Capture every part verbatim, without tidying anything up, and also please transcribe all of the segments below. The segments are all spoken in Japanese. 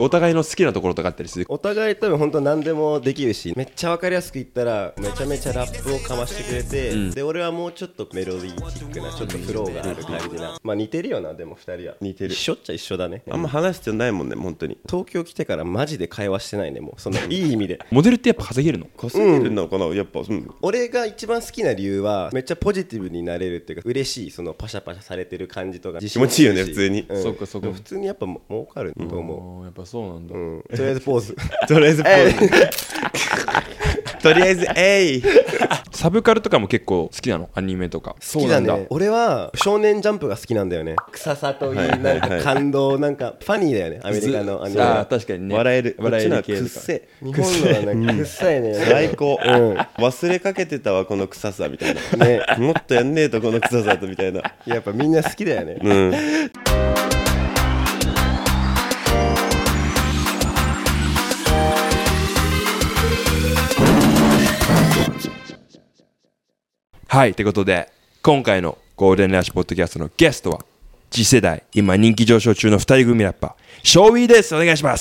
お互いの好きなところとかあったりする？ お互い多分本当何でもできるし、めっちゃ分かりやすく言ったらめちゃめちゃラップをかましてくれて、うん、で俺はもうちょっとメロディーチックなちょっとフローがある感じな、まあ似てるよな。でもふたりは似てる。 一緒っちゃ一緒だね。 あんま話す必要ないもんね本当に。 東京来てからマジで会話してないね。もうそのいい意味でモデルってやっぱ稼げるの？ 稼げるのかな、うん、やっぱ、うん、 俺が一番好きな理由はめっちゃポジティブになれるっていうか、嬉しいそのパシャパシャされてる感じとか気持ちいいよね普通に、 うん、そっかそっか。 普通にやっぱ儲かると思う、 うん、やっぱそうなんだ、うん、 とりあえずポーズとりあえずポーズとりあえずえいサブカルとかも結構好きなの？アニメとか好きだね。俺は少年ジャンプが好きなんだよね。臭さといいなんか感動、なんかファニーだよねアメリカのアニメ。 あ確かにね、 笑える。 笑える系とか。くっせ日本のはなんかくっさいね。 最高、うん、忘れかけてたわこの臭さみたいなね。もっとやんねえとこの臭さとみたいな。 やっぱみんな好きだよね。 うんはい、ということで今回のゴールデンラッシュポッドキャストのゲストは次世代今人気上昇中のふたり組ラッパーショーウィーです。お願いします。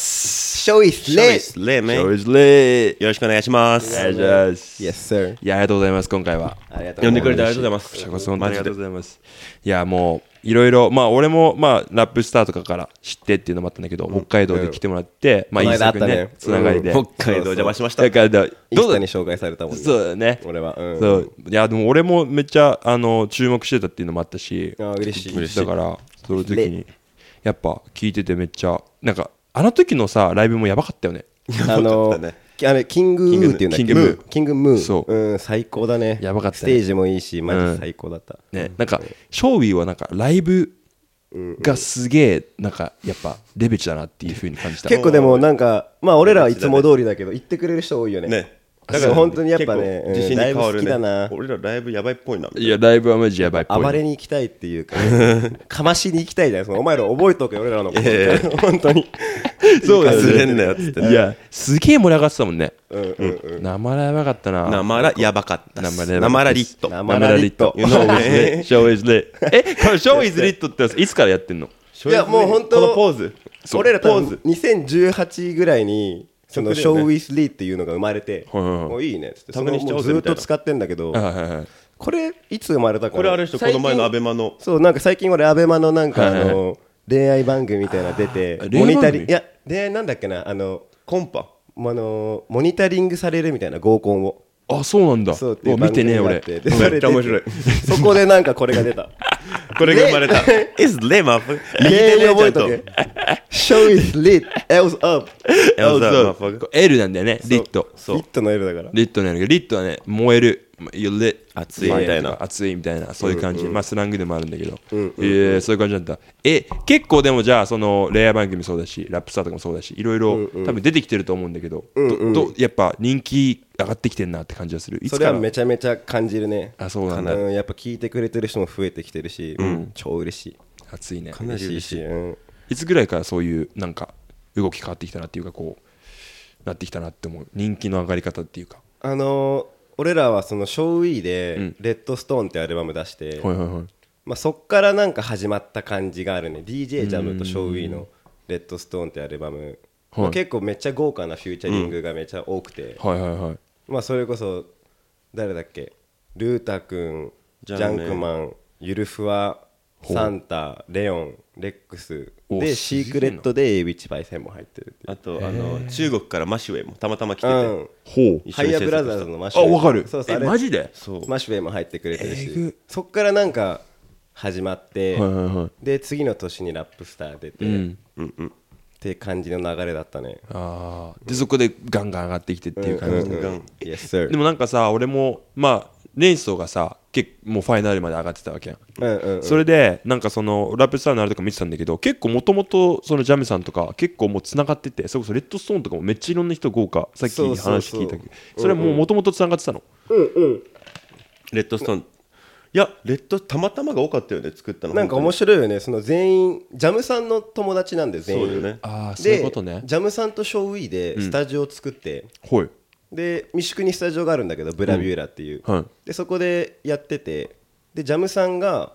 ショーウィーレイショーウィーレイよろしくお願いします。 お願いします。 Yes sir。 いやありがとうございます。今回は呼んでくれてありがとうございます。 こちらこそ本当にありがとうございます。いやもういろいろまあ俺もまあラップスターとかから知ってっていうのもあったんだけど、うん、北海道で来てもらって、うん、まあいい作ねつながりで、 うん、北海道お邪魔しました。 だからどうだに紹介されたもんね。 そうだね俺は、うん、 そういやでも俺もめっちゃあの注目してたっていうのもあったし、 あ嬉しいだからその時にやっぱ聞いててめっちゃなんかあの時のさライブもやばかったよね。 あのーあれキングウーっていうんだっけ。 キングムーキングムーそう、 うん、最高だね。 やばかったね。 ステージもいいしマジ最高だった、 うん、ね、なんかショーウィーはなんかライブがすげえなんかやっぱレベチだなっていう風に感じた。 結構でもなんかまあ俺らはいつも通りだけど言ってくれる人多いよね。 ねだから本当にやっぱね自信に変わるね。 ライブ好きだな。 俺らライブやばいっぽいな。 いやライブはマジやばいっぽい。 暴れに行きたいっていうか、ね、かましに行きたいじゃないですか。お前ら覚えとけ俺らのこと。本当にそうだよね。 忘れんなよっつって、ね、 いやすげえ盛り上がってたもんね。 うんうんうん。 生らやばかったな。 生らやばかった。 生らリット。 生らリット。 ショーショーイズリット。えこのショーイズリットっていつからやってんの？ いやもう本当このポーズ。 俺ら多分にせんじゅうはちぐらいにそのショーウィスリーっていうのが生まれて、もういいねっつってそのずっと使ってんだけど、これいつ生まれたか。 これあれでしょこの前のアベマの。 そうなんか最近俺アベマのなんかあの恋愛番組みたいな出てモニタリングいやでなんだっけなあのコンパあのモニタリングされるみたいな合コンを。 あそうなんだ。 そう見てね俺。 めっちゃ面白い。 そこでなんかこれが出た。 これが生まれた。It's lit, motherfucker. 例に覚えとけ。Show is lit. L's up. L's up. L なんだよね。リット。 リットの L だから。 リットなんだけど、リットはね燃える。You lit。 熱いみたいな。 熱いみたいなそういう感じ。まあスラングでもあるんだけど。えそういう感じなんだ。え結構でもじゃあその恋愛番組もそうだし、ラップスターとかもそうだし、いろいろ多分出てきてると思うんだけど、どやっぱ人気上がってきてんなって感じがする。 それはめちゃめちゃ感じるね。 あそうなんだ。 やっぱ聞いてくれてる人も増えてきてるし、超嬉しい。 熱いね。 嬉しいし。 いつぐらいからそういうなんか動き変わってきたなっていうかこうなってきたなって思う。人気の上がり方っていうか。 あの俺らはそのショーウィーでレッドストーンってアルバム出して、まあそっからなんか始まった感じがあるね。 ディージェー ジャムとショーウィーのレッドストーンってアルバム、まあ、結構めっちゃ豪華なフューチャリングがめっちゃ多くて、まあそれこそ誰だっけルータ君ジャンクマンゆるふわサンタレオンレックスでシークレットで エーウィッチパイセンも入ってるっていう。 あとあの中国からマシュウェイもたまたま来てて、 うん、ハイヤーブラザーズのマシュウェイ。 あ分かる。 そうそうえマジでそうマシュウェイも入ってくれてるし、そっからなんか始まって、はいはいはい、で次の年にラップスター出て、うんうんうん、って感じの流れだったね。 あでそこでガンガン上がってきてっていう感じで、うんうんうん、 yes, でもなんかさ俺もまあレンソーがさ結構もうファイナルまで上がってたわけやん、うんうんうん、それでなんかそのラップスターのあれとか見てたんだけど結構もともとそのジャムさんとか結構もうつながっててそれこそレッドストーンとかもめっちゃいろんな人豪華さっき話聞いたけどそれはもうもともとつながってたの、 うんうん、 レッドストーンいやレッドたまたまが多かったよね作ったの。 なんか面白いよね。その全員ジャムさんの友達なんで全員。 そうだよね。 あそういうことね。 ジャムさんとショーウィーでスタジオを作って、 うん、 で三宿にスタジオがあるんだけどブラビューラっていう、うんはい、でそこでやっててでジャムさんが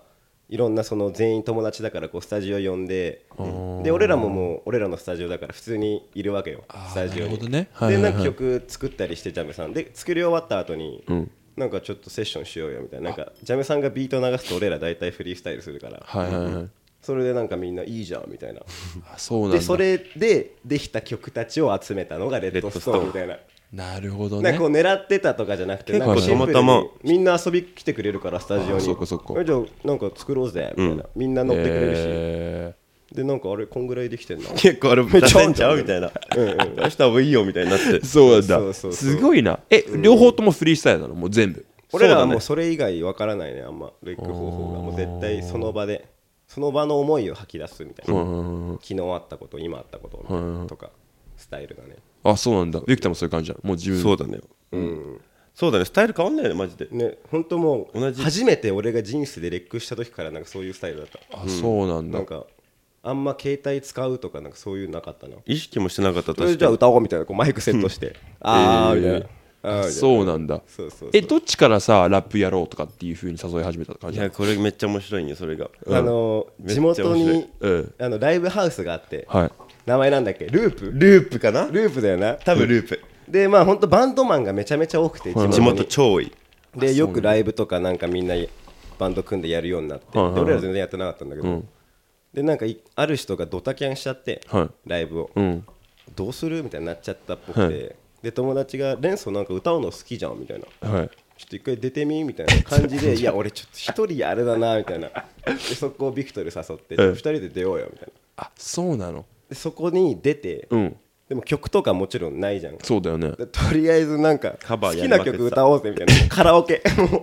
いろんなその全員友達だからこうスタジオ呼んで、で俺らももう俺らのスタジオだから普通にいるわけよ、スタジオに。 ね、はいはいはい、 でなんか曲作ったりしてジャムさんで作り終わった後に、うん、なんかちょっとセッションしようよみたいな、なんかジャムさんがビート流すと俺ら大体フリースタイルするから、 はいはいはい、 それでなんかみんないいじゃんみたいなそうなんだ。 でそれでできた曲たちを集めたのがレッドストーンみたいな。 なるほどね。 なんかこう狙ってたとかじゃなくて、なんかシンプルにみんな遊び来てくれるからスタジオに、 そっかそっか、 じゃあなんか作ろうぜみたいな、うん、みんな乗ってくれるし、えー、でなんかあれこんぐらいできてんな、 結構あれめっちゃいいんちゃうみたいな、うんうん、出した方がいいよみたいになって。 そうなんだ。そうそうそう、すごいな。え、うん、両方ともフリースタイルなの？もう全部。 俺らはもうそれ以外わからないね、あんまレック方法が。もう絶対その場でその場の思いを吐き出すみたいな、昨日あったこと今あったことみたいなとかスタイルがね。 あ、そうなんだ。ビクターもそういう感じじゃん。もう自分。 そうだね、うん、そうだね。スタイル変わんないよねマジでね。本当もう同じ初めて俺が人生でレックした時からなんかそういうスタイルだった。 あ、そうなんだ。 なんかあんま携帯使うとかなんかそういうのなかったな。 意識もしてなかった。 確かに。じゃあ歌おうみたいな、こうマイクセットしてあーみたいな。 あ、そうなんだ。そうそうそう。え、どっちからさラップやろうとかっていう風に誘い始めた感じ？ いやこれめっちゃ面白いんよそれが、 うん、あの地元に、うん、あのライブハウスがあって、はい、名前なんだっけ、ループループかな、 ループだよな多分ループ、 うん、でまあ本当バンドマンがめちゃめちゃ多くて地元に、 地元超多いでよくライブとかなんかみんなバンド組んでやるようになって、で俺ら全然やってなかったんだけど、うん、でなんかある人がドタキャンしちゃって、はい、ライブを、うん、どうするみたいになっちゃったっぽくて、はい、で友達がレンソなんか歌うの好きじゃんみたいな、はい、ちょっと一回出てみみたいな感じでいや俺ちょっと一人あれだなみたいなでそこをビクトル誘ってふたりで出ようよみたいな。 あ、そうなの。 でそこに出て、うん、でも曲とかもちろんないじゃん。 そうだよね。 とりあえずなんか好きな曲歌おうぜみたいなカラオケ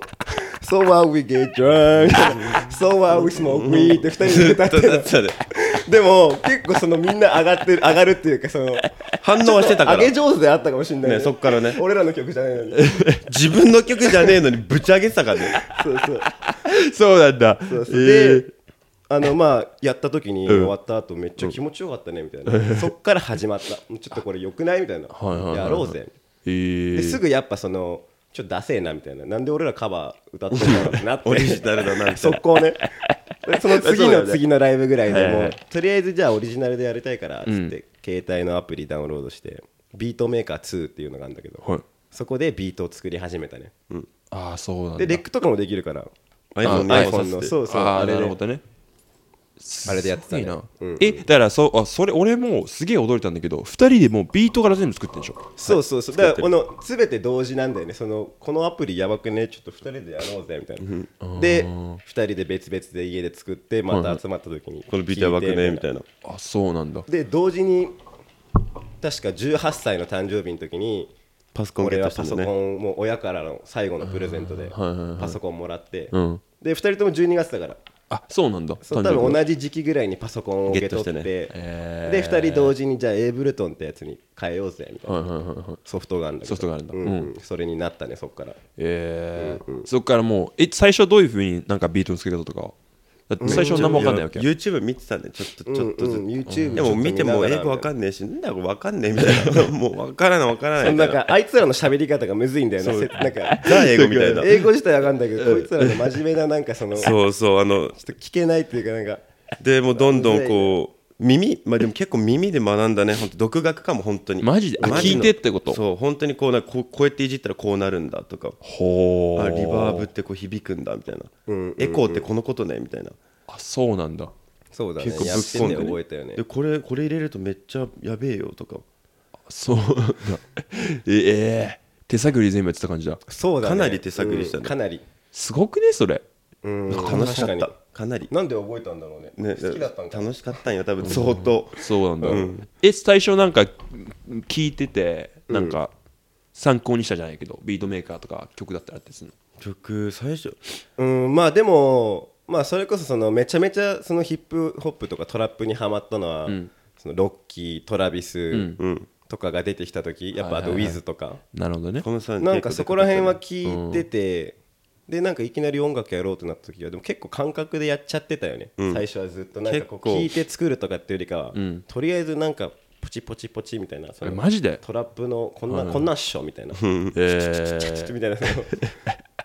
So while we get drunk So while we smoke weed ってふたりで歌ってるでも結構そのみんな上がってる上がるっていうかその反応はしてたから上げ上手であったかもしれないね、 そっからね。 俺らの曲じゃないのに自分の曲じゃねえのにぶち上げてたからねそうそうそうなんだ。 そうそう、えー、であのまあやった時に終わった後めっちゃ気持ちよかったねみたいな、うん、そっから始まったちょっとこれよくないみたいなやろうぜ、えー、ですぐやっぱそのちょっとダセえなみたいな、なんで俺らカバー歌ってんだろうってなってオリジナルだな速攻ねその次の次のライブぐらいでもうとりあえずじゃあオリジナルでやりたいからっつって、うん、携帯のアプリダウンロードしてビートメーカーツーっていうのがあるんだけど、はい、そこでビートを作り始めたね、うん、 ああそうなんだ。 でレックとかもできるから iPhone の iPhone のそうそうああなるほどね。 あれでやってたね、 うん、えだから そ, あそれ俺もすげえ驚いたんだけどふたりでもうビートから全部作ってんでしょ。 そうそうそう、はい、だからこの全て同時なんだよね。そのこのアプリやばくねちょっとふたりでやろうぜみたいな、うん、でふたりで別々で家で作ってまた集まった時に、 はい、このビートやばくねみたいな。 あそうなんだ。 で同時に確かじゅうはっさいの誕生日の時にパソコンゲットしたんだね。 俺はパソコンもう親からの最後のプレゼントでパソコンもらって、うん、でふたりともじゅうにがつだから。 あそうなんだ。 そう多分同じ時期ぐらいにパソコンを受け取って、ねえー、でふたり同時にじゃあエイブルトンってやつに変えようぜみたいな、はいはいはいはい、ソフトがあるんだけどソフトがあるんだ、 うんうん、それになったねそっから、 えーうんうん、そっからもうえ最初どういう風になんかビートの付け方とかだって最初何も分かんないわけ、 うん、YouTube 見てたねちょっとちょっとずつ、うんうん、 YouTube でも見ても英語分かんねえしなんだこれ分かんねえみたいなもう分からない分からないなんかあいつらの喋り方がむずいんだよね。なんかザ英語みたいな英語自体分かんないけどこいつらの真面目ななんかそのそうそうあのちょっと聞けないっていうかなんかでもうどんどんこう耳まあでも結構耳で学んだね本当独学かも本当にマジであ聞いてってことそう本当にこうなこうこうやっていじったらこうなるんだとかほあリバーブってこう響くんだみたいな、うんうんうん、エコーってこのことねみたいな。 あそうなんだ。 そうだね結構ぶっ込んで、ね、覚えたよね。 でこれこれ入れるとめっちゃやべえよとかそうだええー、手探り全部やってた感じだ。 そうだねかなり手探りしたね、 うん、かなりすごくねそれ。 うん楽しかったかなりなんで覚えたんだろう ね, ね好きだったんか楽しかったんよ多分相当、 うん、そうなんだ、うん、え最初なんか聞いててなんか参考にしたじゃないけど、ビートメーカーとか曲だったらってするの曲最初うんまあでもまあそれこそそのめちゃめちゃそのヒップホップとかトラップにハマったのは、うん、そのロッキートラビス、うんとかが出てきた時やっぱあとウィズとか、 なるほどね。 なんかそこら辺は聞いてて、うん、でなんかいきなり音楽やろうってなった時はでも結構感覚でやっちゃってたよね、うん、最初はずっとなんかこう聞いて作るとかっていうよりかは、うん、とりあえずなんかポチポチポチみたいなそのマジでトラップのこんな、うん、こんなんっしょみたいな、 うん、えー、 みたいな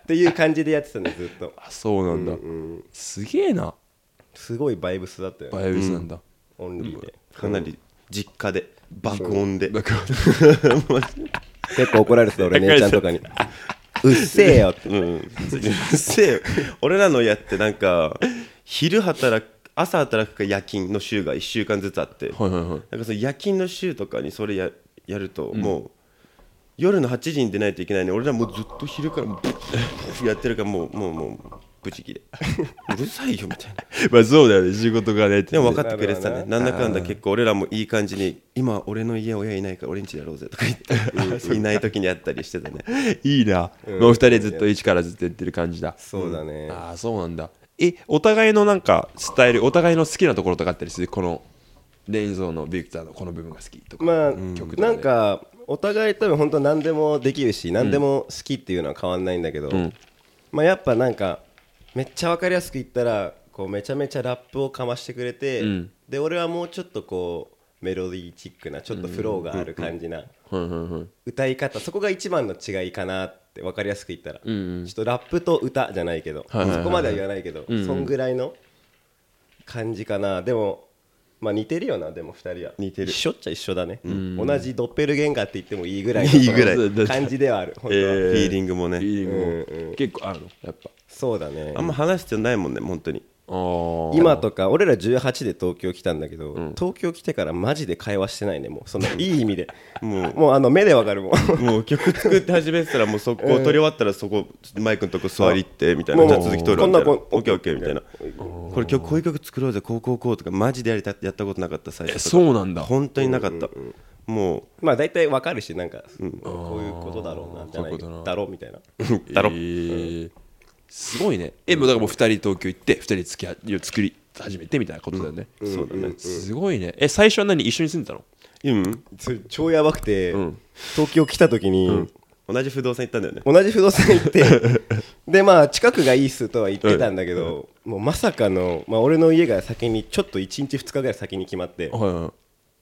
っていう感じでやってたねずっと。 あそうなんだ、うんうん、すげえな。 すごいバイブスだったよね。 バイブスなんだ、 うん、オンリーでかなり実家で爆音で爆音結構怒られてた俺姉ちゃんとかにうっせえよって、うん、うっせえよ俺らのやってなんか昼働く朝働くか夜勤の週がいっしゅうかんずつあって、はいはいはい、なんかその夜勤の週とかにそれ や, やると、うん、もう夜のはちじに出ないといけないのに俺らもうずっと昼からやってるからもうもうもうブチギレうるさいよみたいなまあそうだよね仕事がねってでも分かってくれてたね。なんだかんだ結構俺らもいい感じに今俺の家親いないから俺ん家やろうぜとか言っていない時にやったりしてたねいいな、うん、もうふたりでずっと一からずっとやってる感じだ。 そうだね、 うん、ああそうなんだ。えお互いのなんかスタイルお互いの好きなところとかあったりする。このレインゾーのビクターのこの部分が好きとか、 まあ、うん、曲とかなんかお互い多分本当何でもできるし何でも好きっていうのは変わんないんだけど、うん、まあやっぱなんかめっちゃ分かりやすく言ったらこうめちゃめちゃラップをかましてくれて、うん、で俺はもうちょっとこうメロディーチックなちょっとフローがある感じな歌い方、そこが一番の違いかなって分かりやすく言ったら、うんうん、ちょっとラップと歌じゃないけど、はいはいはい、そこまでは言わないけど、うんうん、そんぐらいの感じかな。でもまあ似てるよな。でもふたりは似てる。 一緒っちゃ一緒だね、うん、同じドッペルゲンガーって言ってもいいぐらいの感じではある本当は、えー、フィーリングもね、 フィーリングも、うんうん、結構あるのやっぱ。 そうだね。 あんま話す必要ないもんね本当に。 あ今とか俺らじゅうはちで東京来たんだけど、うん、東京来てからマジで会話してないね。もうそのいい意味でもうもうあの目でわかるもんもう曲作って始めてたらもうそこ取り終わったらそこマイクのとこ座りってみたいな、じゃあ続き取るみたいな、オッケーオッケーみたいな、これ曲こういう曲作ろうぜこうこうこうとかマジでやりたやったことなかった最初とか。 そうなんだ本当になかった、うんうんうん、もうまあ大体わかるしなんか、うん、こういうことだろうなじゃないだろうみたいなだろ、えーうんすごいね。えもうだからもうふたり東京行ってふたり付き合い作り始めてみたいなことだよね、 うん、そうだね、うん、 すごいね。え最初は何一緒に住んでたの？ うんそれ超やばくて、うん、東京来た時に、うん、 同じ不動産行ったんだよね。 同じ不動産行ってでまあ近くがいいっすとは言ってたんだけど、うん、もうまさかの、まあ、俺の家が先にちょっといちにちふつかぐらい先に決まって、はいはい、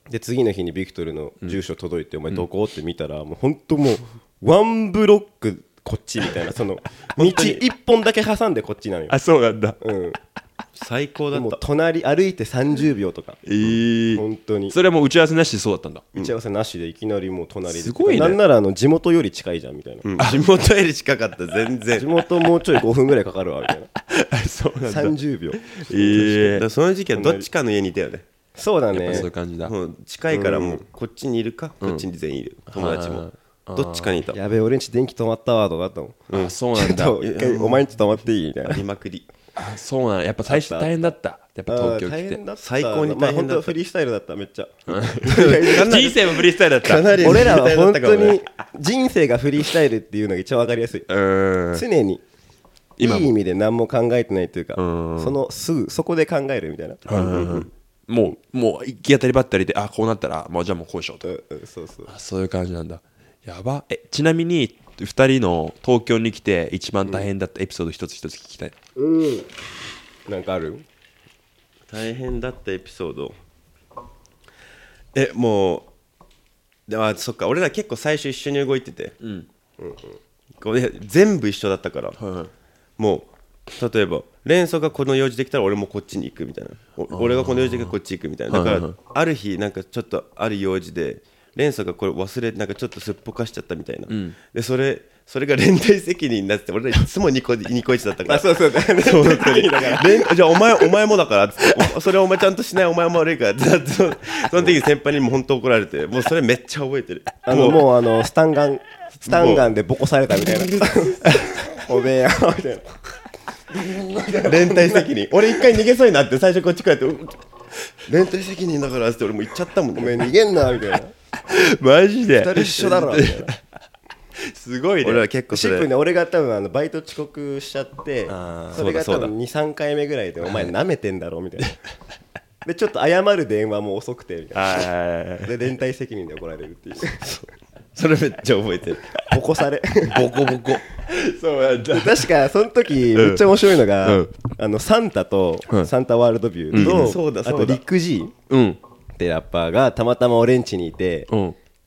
で次の日にビクトルの住所届いて、うん、お前どこって見たらもう本当もうワンブロックこっちみたいなその道一本だけ挟んでこっちなのよ。 あそうなんだ、 うん、 最高だった。もう隣歩いてさんじゅうびょうとか、 えー、 本当にそれはもう打ち合わせなしでそうだったんだ。 打ち合わせなしでいきなりもう隣で、 すごいね。 なんならあの地元より近いじゃんみたいな、 うん、地元より近かった全然地元もうちょいごふんぐらいかかるわみたいなそうなんださんじゅうびょう、 えー、だその時期はどっちかの家にいたよね。 そうだね。 やっぱそういう感じだ。 もう近いからもうこっちにいるか、うん、こっちに全員いる、友達もどっちかにいた。 やべえ俺んち電気止まったわとかあったもん、 うん、あそうなんだお前んち止まっていいみたいなありまくり。 あそうなんだ。やっぱ最初大変だった。やっぱ東京来て最高に大変だった。まあ本当フリースタイルだっためっちゃ人生もフリースタイルだった。 かなり俺らは本当に人生がフリースタイルっていうのが一番分かりやすい。常にいい意味で何も考えてないというか、そのすぐそこで考えるみたいな、 もうもう行き当たりばったりであこうなったらもうじゃあもうこうしようと、 うんうん、そうそうあそういう感じなんだ。やば。えちなみにふたりの東京に来て一番大変だったエピソード一つ一つ聞きたい。 うん、なんかある？ 大変だったエピソード。えもうでもそっか俺ら結構最初一緒に動いてて、うんうんうん、これ全部一緒だったから、はいはい、もう例えばレンソがこの用事できたら俺もこっちに行くみたいな、俺がこの用事でこっち行くみたいな。だから、はいはい、ある日なんかちょっとある用事でレンソがこれ忘れなんかちょっとすっぽかしちゃったみたいな、うん、でそれそれが連帯責任になってて俺らいつもニコニコイチだったからあそうそうだねそうだからじゃあお前お前もだからっつってそれお前ちゃんとしないお前も悪いからってなってその時に先輩にも本当怒られてもうそれめっちゃ覚えてる。 あのもうあのスタンガンスタンガンでボコされたみたいなおめえやみたいな連帯責任俺一回逃げそうになって最初こっち帰って連帯責任だからって俺も言っちゃったもんね。 おめえ逃げんなみたいなマジでふたり一緒だろみたいなすごいね。 俺は結構それシンプルに俺が多分あのバイト遅刻しちゃってそれが多分 にさんかいめぐらいでお前舐めてんだろみたいなでちょっと謝る電話も遅くてみたいなで連帯責任で怒られるっていうそれめっちゃ覚えてるボコされボコボコそうなんだ。確かその時めっちゃ面白いのが、うん、あのサンタと、うん、サンタワールドビューと、うん、あとリック G ってラッパーがたまたま俺ん家にいて、うん、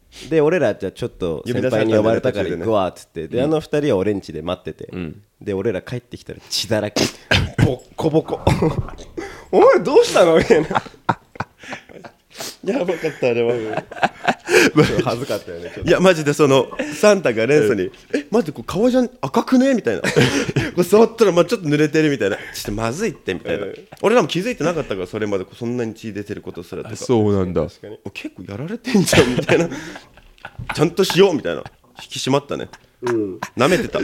で俺らじゃあちょっと先輩に呼ばれたから行くわっつって、であの二人は俺ん家で待ってて、うん、で俺ら帰ってきたら血だらけボッコボコお前どうしたのみたいなやばかったあれは恥ずかったよね。 いやマジでそのサンタがレンソに「え待ってこれ革ジャン赤くね?」みたいなこれ触ったらまあちょっと濡れてるみたいな、ちょっとまずいってみたいな、俺らも気づいてなかったからそれまでそんなに血出てることすらとか。 そうなんだ。 結構やられてんじゃんみたいなちゃんとしようみたいな、引き締まったね。うん、舐めてた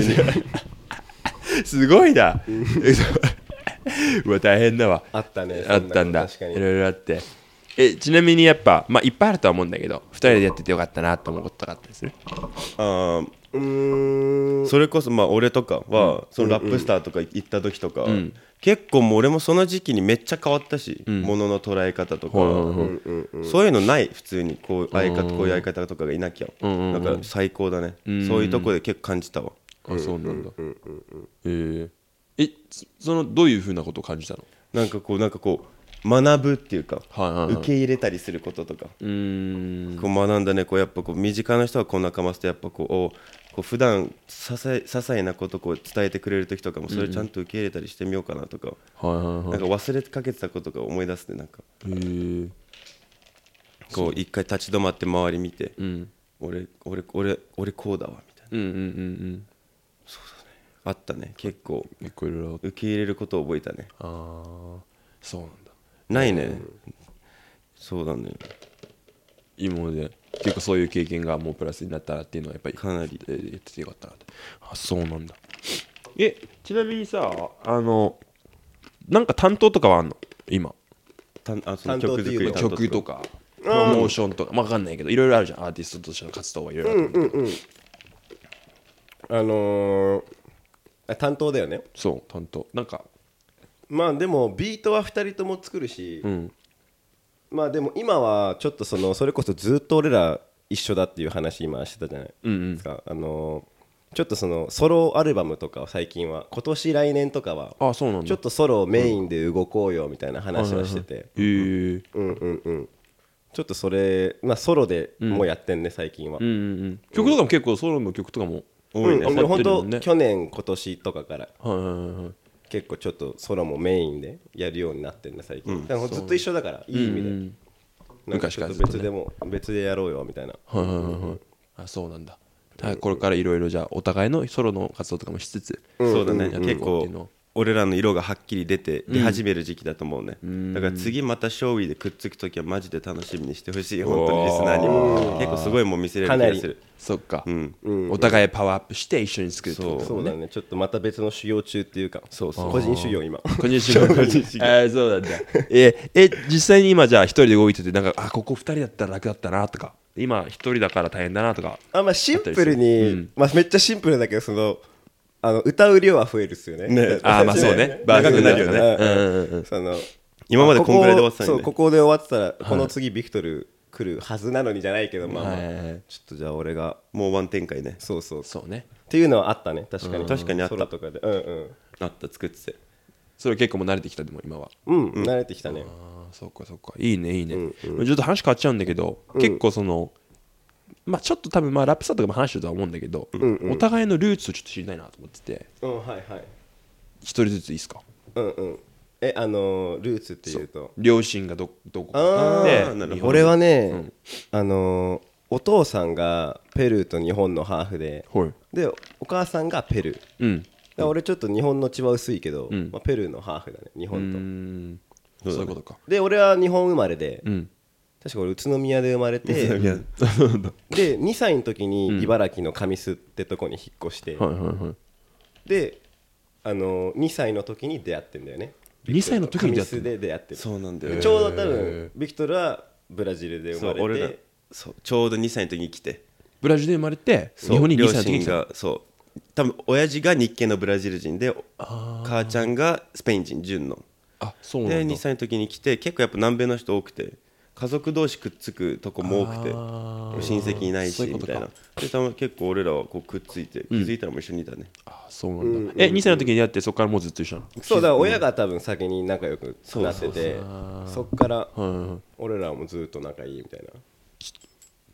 すごいなうわ大変だわ。 あったね。 あったんだ。いろいろあって。えちなみにやっぱまあいっぱいあるとは思うんだけど、ふたりでやっててよかったなと思うことがあったりする？ あうーんそれこそまあ俺とかは、うん、そのラップスターとか行った時とか、うん、結構もう俺もその時期にめっちゃ変わったし、うん、物の捉え方とか、うんうん、そういうのない普通にこう相方、こういう相方とかがいなきゃ、うんうん、だから最高だね、うん、そういうとこで結構感じたわ。 あそうなんだ。えー、えそのどういう風なことを感じたの？ なんかこうなんかこう学ぶっていうか、はいはいはい、受け入れたりすることとかうーんこう学んだね。こうやっぱこう身近な人はこんなかますとやっぱこうこう普段ささ些細なことをこう伝えてくれる時とかもそれちゃんと受け入れたりしてみようかなとか、うんうん、なんか忘れかけてたことが思い出すね。なんかへこう一回立ち止まって周り見て、うん、俺俺俺俺こうだわみたいな、うんうんうんうん、そうだねあったね。結構結構いろいろ受け入れることを覚えたね。 ああそうなんだ。 ないね、うん、そうだね。 今まで結構そういう経験がもうプラスになったらっていうのはやっぱりかなり言っててよかったなって。あそうなんだ。えちなみにさあのなんか担当とかはあんの今？ たあその曲作り曲とかプロモーションとか、まあ、分かんないけどいろいろあるじゃん。アーティストとしての活動はいろいろあると思うけど、うんうんうん、 あのー、担当だよね。 そう担当なんかまあでもビートはふたりとも作るし、うん、まあでも今はちょっとそのそれこそずっと俺ら一緒だっていう話今してたじゃないですか、うんうん、あのちょっとそのソロアルバムとか最近は今年来年とかはちょっとソロをメインで動こうよみたいな話はしてて、へえうんうんうんちょっとそれまあソロでもうやってんね最近は、うんうんうん、 曲とかも結構ソロの曲とかも多いね、 うん、本当去年今年とかから、はいはいはい結構ちょっとソロもメインでやるようになってるね最近、うん、だからずっと一緒だからいい意味で、うん、なんかちょっと別でも別でやろうよみたいな、はいはいはいはい、 あそうなんだ。これからいろいろじゃあお互いのソロの活動とかもしつつ、 うん、そうだね、うん、結構俺らの色がはっきり出て出始める時期だと思うね、うん、だから次またショーウィーでくっつくときはマジで楽しみにしてほしい。本当にリスナーにも結構すごいもん見せれる気がする。 そっか、うんうん、お互いパワーアップして一緒に作るってことだね。 そうだねちょっとまた別の修行中っていうかそうそう個人修行今個人修行個人修行あそうなんだええ実際に今じゃあ一人で動いててなんかあここふたりだったら楽だったなとか今一人だから大変だなとかあまあシンプルに、うんまあ、めっちゃシンプルだけどそのあの歌う量は増えるっすよね。ねあまあそうね。バースになるよね。うんうんうん、 その今までこんぐらいで終わってたんで、ね、 そうここで終わってたら、はい、この次ビクトル来るはずなのにじゃないけど、まあ、まあはいはいはい、ちょっとじゃあ俺がもうワン展開ね。 そうそうそうね。 っていうのはあったね確かに確かにあった空とかで、うんうん、 あった作ってて。 それ結構もう慣れてきたでも今は。 うん、うん、慣れてきたね。 あそっかそっかいいねいいね。うんうん、ちょっと話変わっちゃうんだけど、うん、結構その。まあ、ちょっと多分まあラップスターとかも話してるとは思うんだけど、うんうん、お互いのルーツをちょっと知りたいなと思ってて、 うんはいはい、 一人ずついいですか？ うんうんえあのー、ルーツっていうと両親が ど, どこかで俺はね、うん、あのー、お父さんがペルーと日本のハーフで、はい、でお母さんがペルー、うん、だ俺ちょっと日本の血は薄いけど、うんまあ、ペルーのハーフだね日本と。うーんそういうことか。 で俺は日本生まれで、うん確か俺宇都宮で生まれてでにさいの時に茨城の神栖ってとこに引っ越して、うんはいはいはい、で、あのー、にさいの時に出会ってんだよね。 にさいの時に出会って神栖で出会ってる。 そうなんだよ。 ちょうど多分ビクトルはブラジルで生まれてそう俺らそうちょうどにさいの時に来てブラジルで生まれて日本ににさいの時に来た。 そう多分親父が日系のブラジル人で母ちゃんがスペイン人純のあそうなんだ。 でにさいの時に来て結構やっぱ南米の人多くて家族同士くっつくとこも多くて親戚いないしみたいなで多分結構俺らはこうくっついて気づいたらもう一緒にいたね、うん、 あそうなんだ、うんうん、えにさいの時にやってそこからもうずっと一緒なの？ そうだから親が多分先に仲良くなっててそっから俺らもずっと仲いいみたいな。 ち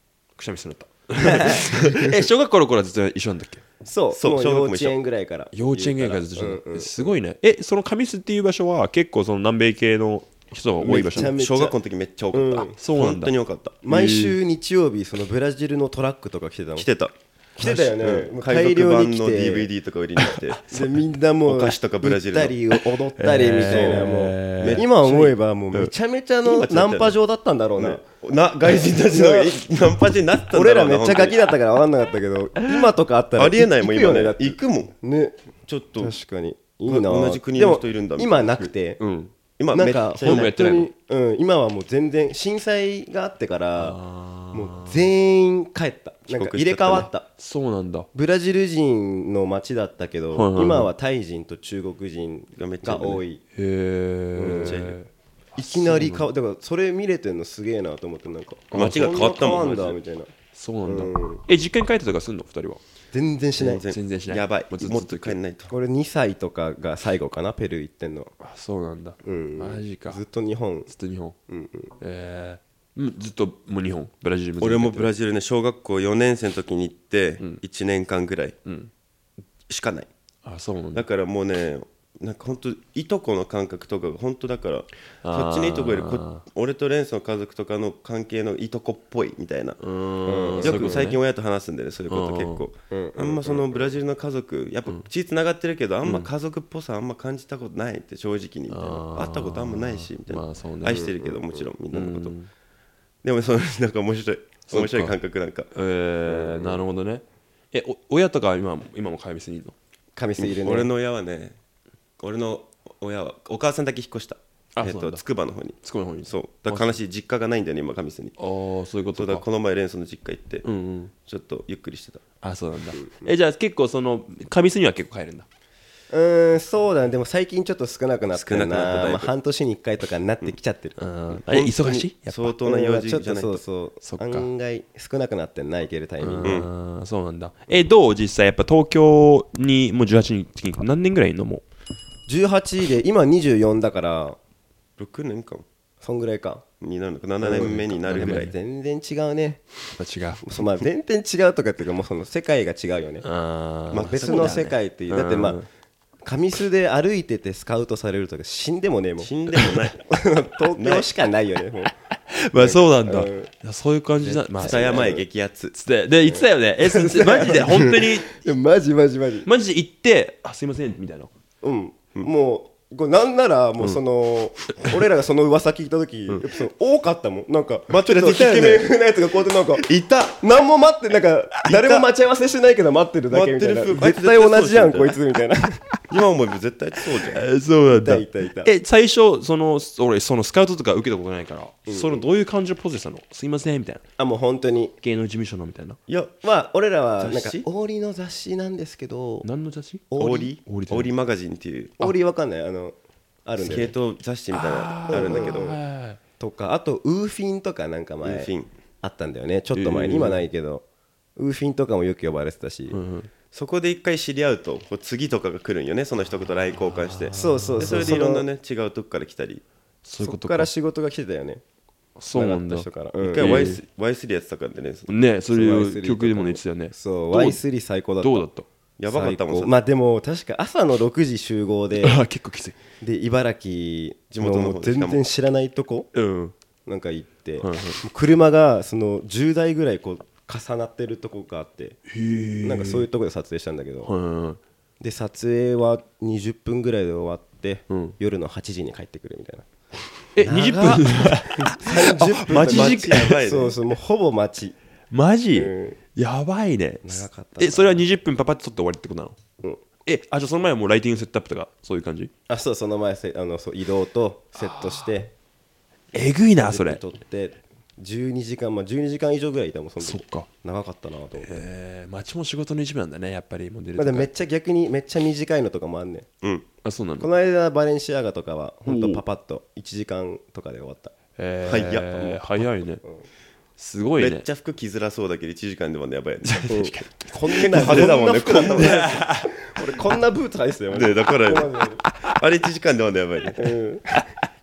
ゃミスになったえ小学校の頃はずっと一緒なんだっけ？ そうそう幼稚園ぐらいから幼稚園ぐらいからずっと一緒、うんうん、すごいね。えその神栖っていう場所は結構その南米系の人が多い場所なの？ 小学校の時めっちゃ多かった、うん、そうなんだ。本当に多かった。 毎週日曜日そのブラジルのトラックとか来てたの？ 来てた来てたよね、 うん、海賊版の ディーブイディー とか売りに来てでみんなもうお菓子とかブラジルの行ったり踊ったりみたいな、えー、もう今思えばもうめちゃめちゃのナンパ場だったんだろうな、 うん、な外人たちのナンパ場になったんだろうな。 俺らめっちゃガキだったから分かんなかったけど今とかあったらありえないもん今ね。行くもんね。 ちょっと確かにいいな。 同じ国の人いるんだみたいな。今なくて、うん、 今なんか本当に、うん、今はもう全然震災があってからもう全員帰った。なんか入れ替わった。 そうなんだ。 ブラジル人の街だったけど、はいはいはい、今はタイ人と中国人が多い。 へー、 うん、いきなりかだからそれ見れてんのすげえなと思って、なんか街が変わったもんだみたいな。 そうなんだ、うん、え実家に帰ってとかすんのふたりは？ 全然しない。 全然しない。 やばい。 もうずっもっと帰んないと。 これにさいとかが最後かな、ペルー行ってんの。 あ、そうなんだ、うん、マジか。 ずっと日本ずっと日本、うんうん、えー、ずっともう日本ブラジルも。 俺もブラジルね、小学校よねん生の時に行っていちねんかんぐらいしかない、 うん、あ、そうなんだ。 だからもうね、なんか本当いとこの感覚とかが本当だから、そっちのいとこよりこ俺とレンスの家族とかの関係のいとこっぽいみたいな。うーん、よく最近親と話すんでね、そういうこと結構。あんまそのブラジルの家族やっぱ血つながってるけど、あんま家族っぽさあんま感じたことないって正直にみたいな。会ったことあんまないしみたいな、まあね、愛してるけどもちろんみんなのこと。でもそのなんか面白い面白い感覚なんか。 えー、なるほどね。えお親とかは今今も神栖にいるの？ 神栖いるね。 俺の親はね、俺の親はお母さんだけ引っ越した。えー、と筑波の方に。 筑波の方に。 そうだから悲しい、実家がないんだよね今神栖に。 ああ、そういうことか。 そうだ、この前レンソの実家行って、 うんうん、 ちょっとゆっくりしてた。 あ、そうなんだ、うんうん、えじゃあ結構その神栖には結構帰るんだ？ うーん、そうだね。でも最近ちょっと少なくなってるな。まあ、半年にいっかいとかになってきちゃってる、うん、 え忙しい？ やっぱ相当な用事じゃないと、 うん、そうそう、案外少なくなってんな、行けるタイミング。 うん、そうなんだ。えどう実際やっぱ東京にもうじゅうはちにち何年ぐらいいんの？もうじゅうはちで今にじゅうよんだからろくねんかんそんぐらいかになるのか。ななねんめになるぐらい。 全然違うね。 違う。 そう、まあ、全然違うとかっていうか、もうその世界が違うよね。あ、まあ、別の世界っていう。だってまあ神栖で歩いててスカウトされるとか死んでもねえもん。 死んでもない東京しかないよね。もうまあそうなんだ、うん、いやそういう感じだ。まあ蔦屋前激アツで言ってたよね。えマジで本当にマジマジマジマジで行ってあすいませんみたいな。 うん、うん、もうこれなんならもうその、うん、俺らがその噂聞いた時、うん、やっぱその多かったもん。なんか待ってるやつイケメン風なやつがこうやってなんかいた。 何も待ってなんか誰も待ち合わせしてないけど待ってるだけみたいな。絶対同じやんこいつみたいな。 今思えば絶対そうじゃん。 えー、そうなんだ。 いたいたいた。 え最初その俺そのスカウトとか受けたことないから、うん、そのどういう感じのポジしたの？すいませんみたいな。 あ、もう本当に芸能事務所のみたいな。 いやまあ俺らはなんかオーリの雑誌なんですけど。 何の雑誌？ オーリオーリマガジンっていう。 オーリわかんない。あのあるんだよね、 スケート雑誌みたいなあるんだけど、 とかあとウーフィンとかなんか前あったんだよね、ちょっと前に。今ないけどウーフィンとかもよく呼ばれてたし、うんうん、 そこで一回知り合うとこう次とかが来るんよね、その一言 ライン 交換して。 そうそうそう、 でそれでいろんなね違うとこから来たり、 そういうことか。そこから仕事が来てたよね。 そうなんだ。 一回 ワイスリー やってたからね。 ね、そういう曲でも言ってたよね。 そう、ワイスリー 最高だった。 どうだった？ やばかったもん。 まあでも確か朝のろくじ集合で結構きついで茨城地元の全然知らないとこ、うん、なんか行って、うん、車がそのじゅうだいぐらいこう重なってるとこがあって、なんかそういうとこで撮影したんだけど、うん、で撮影はにじゅっぷんぐらいで終わって、うん、夜のはちじに帰ってくるみたいな。 えにじゅっぷんさんじゅっぷん待ち時間やばいね。 そうそう、もうほぼ待ち。 マジ、うん、やばいね。 長かった。 えそれはにじゅっぷんパパッと撮って終わりってことなの？うん、えあじゃあその前はもうライティングセットアップとかそういう感じ？ あそう、その前せあのそう移動とセットしてえぐいなそれ。 撮ってじゅうにじかん、まあ、じゅうにじかん以上ぐらいいたもんその時。 そっか、 長かったなと思って。 えー、街も仕事の一部なんだねやっぱり。もう出るまあ、でもめっちゃ逆にめっちゃ短いのとかもあんねん。 うん、あそうなんだ。 この間バレンシアガとかはほんとパパッといちじかんとかで終わった。 えー、早っ早いね、うん、すごいね。 めっちゃ服着づらそうだけどいちじかんでもやばいよね。 こんな派手だもんね。俺こんなブーツ履いてたよね。 だからあれいちじかんでもやばいね。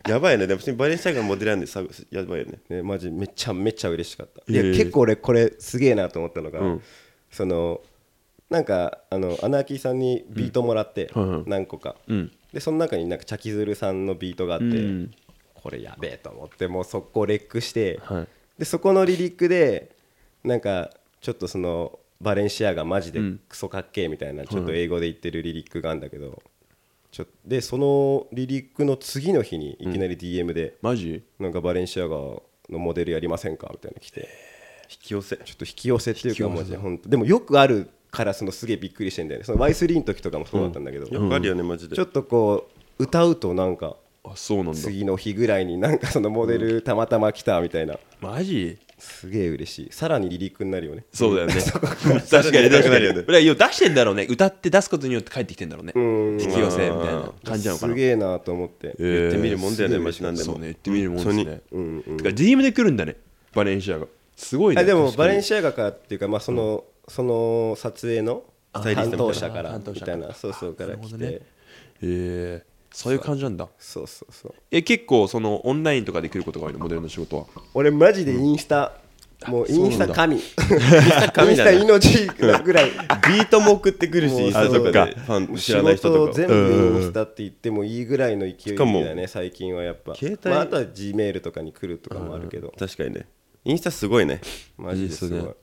やばいね。でも普通にバレンシアガのモデルなんでさやばいよね。 ねマジめちゃめちゃ嬉しかった。いや、えー、結構俺これすげえなと思ったのが、うん、そのなんかあのアナーキーさんにビートもらって、うん、何個か、うん、でその中になんかチャキズルさんのビートがあって、うん、これやべえと思ってもう速攻レックして、はい、でそこのリリックでなんかちょっとそのバレンシアガマジでクソかっけえみたいなちょっと英語で言ってるリリックがあるんだけど、ちょでそのリリックの次の日にいきなり ディーエム で、 マジなんかバレンシアガのモデルやりませんかみたいな来て、 引き寄せちょっと引き寄せっていうかマジで本当でもよくあるからそのすげえびっくりしてんだよね。その ワイスリー の時とかもそうだったんだけど、 うん、よくあるよねマジで。 ちょっとこう歌うとなんかあそうなんだ次の日ぐらいになんかそのモデルたまたま来たみたいな、 マジすげえ嬉しい。さらにリリックになるよね。 そうだよね確かに確かに出してんだろうね。歌って出すことによって帰ってきてんだろうね。うん引き寄せみたいな感じなのかな。 すげえなと思って、 えー、言ってみるもんだよねマジなんでも。 そうね言ってみるもんですね。うんうん、てか ディーエム で来るんだねバレンシアガ。すごいね。 あでもバレンシアガからっていうかまあその、うん、その撮影の担当者からみたいなそうそうから来て、ね、 えー、そういう感じなんだ。 そうそうそう。 え結構そのオンラインとかで来ることが多いのモデルの仕事は。 俺マジでインスタ、うん、もうインスタ神インスタ命ぐらいビートも送ってくるしインスタとかでファン知らない人とか全部インスタって言ってもいいぐらいの勢いだよね最近はやっぱ。携帯、まあ、あとは G メールとかに来るとかもあるけど、 確かにねインスタすごいねマジですごい。いい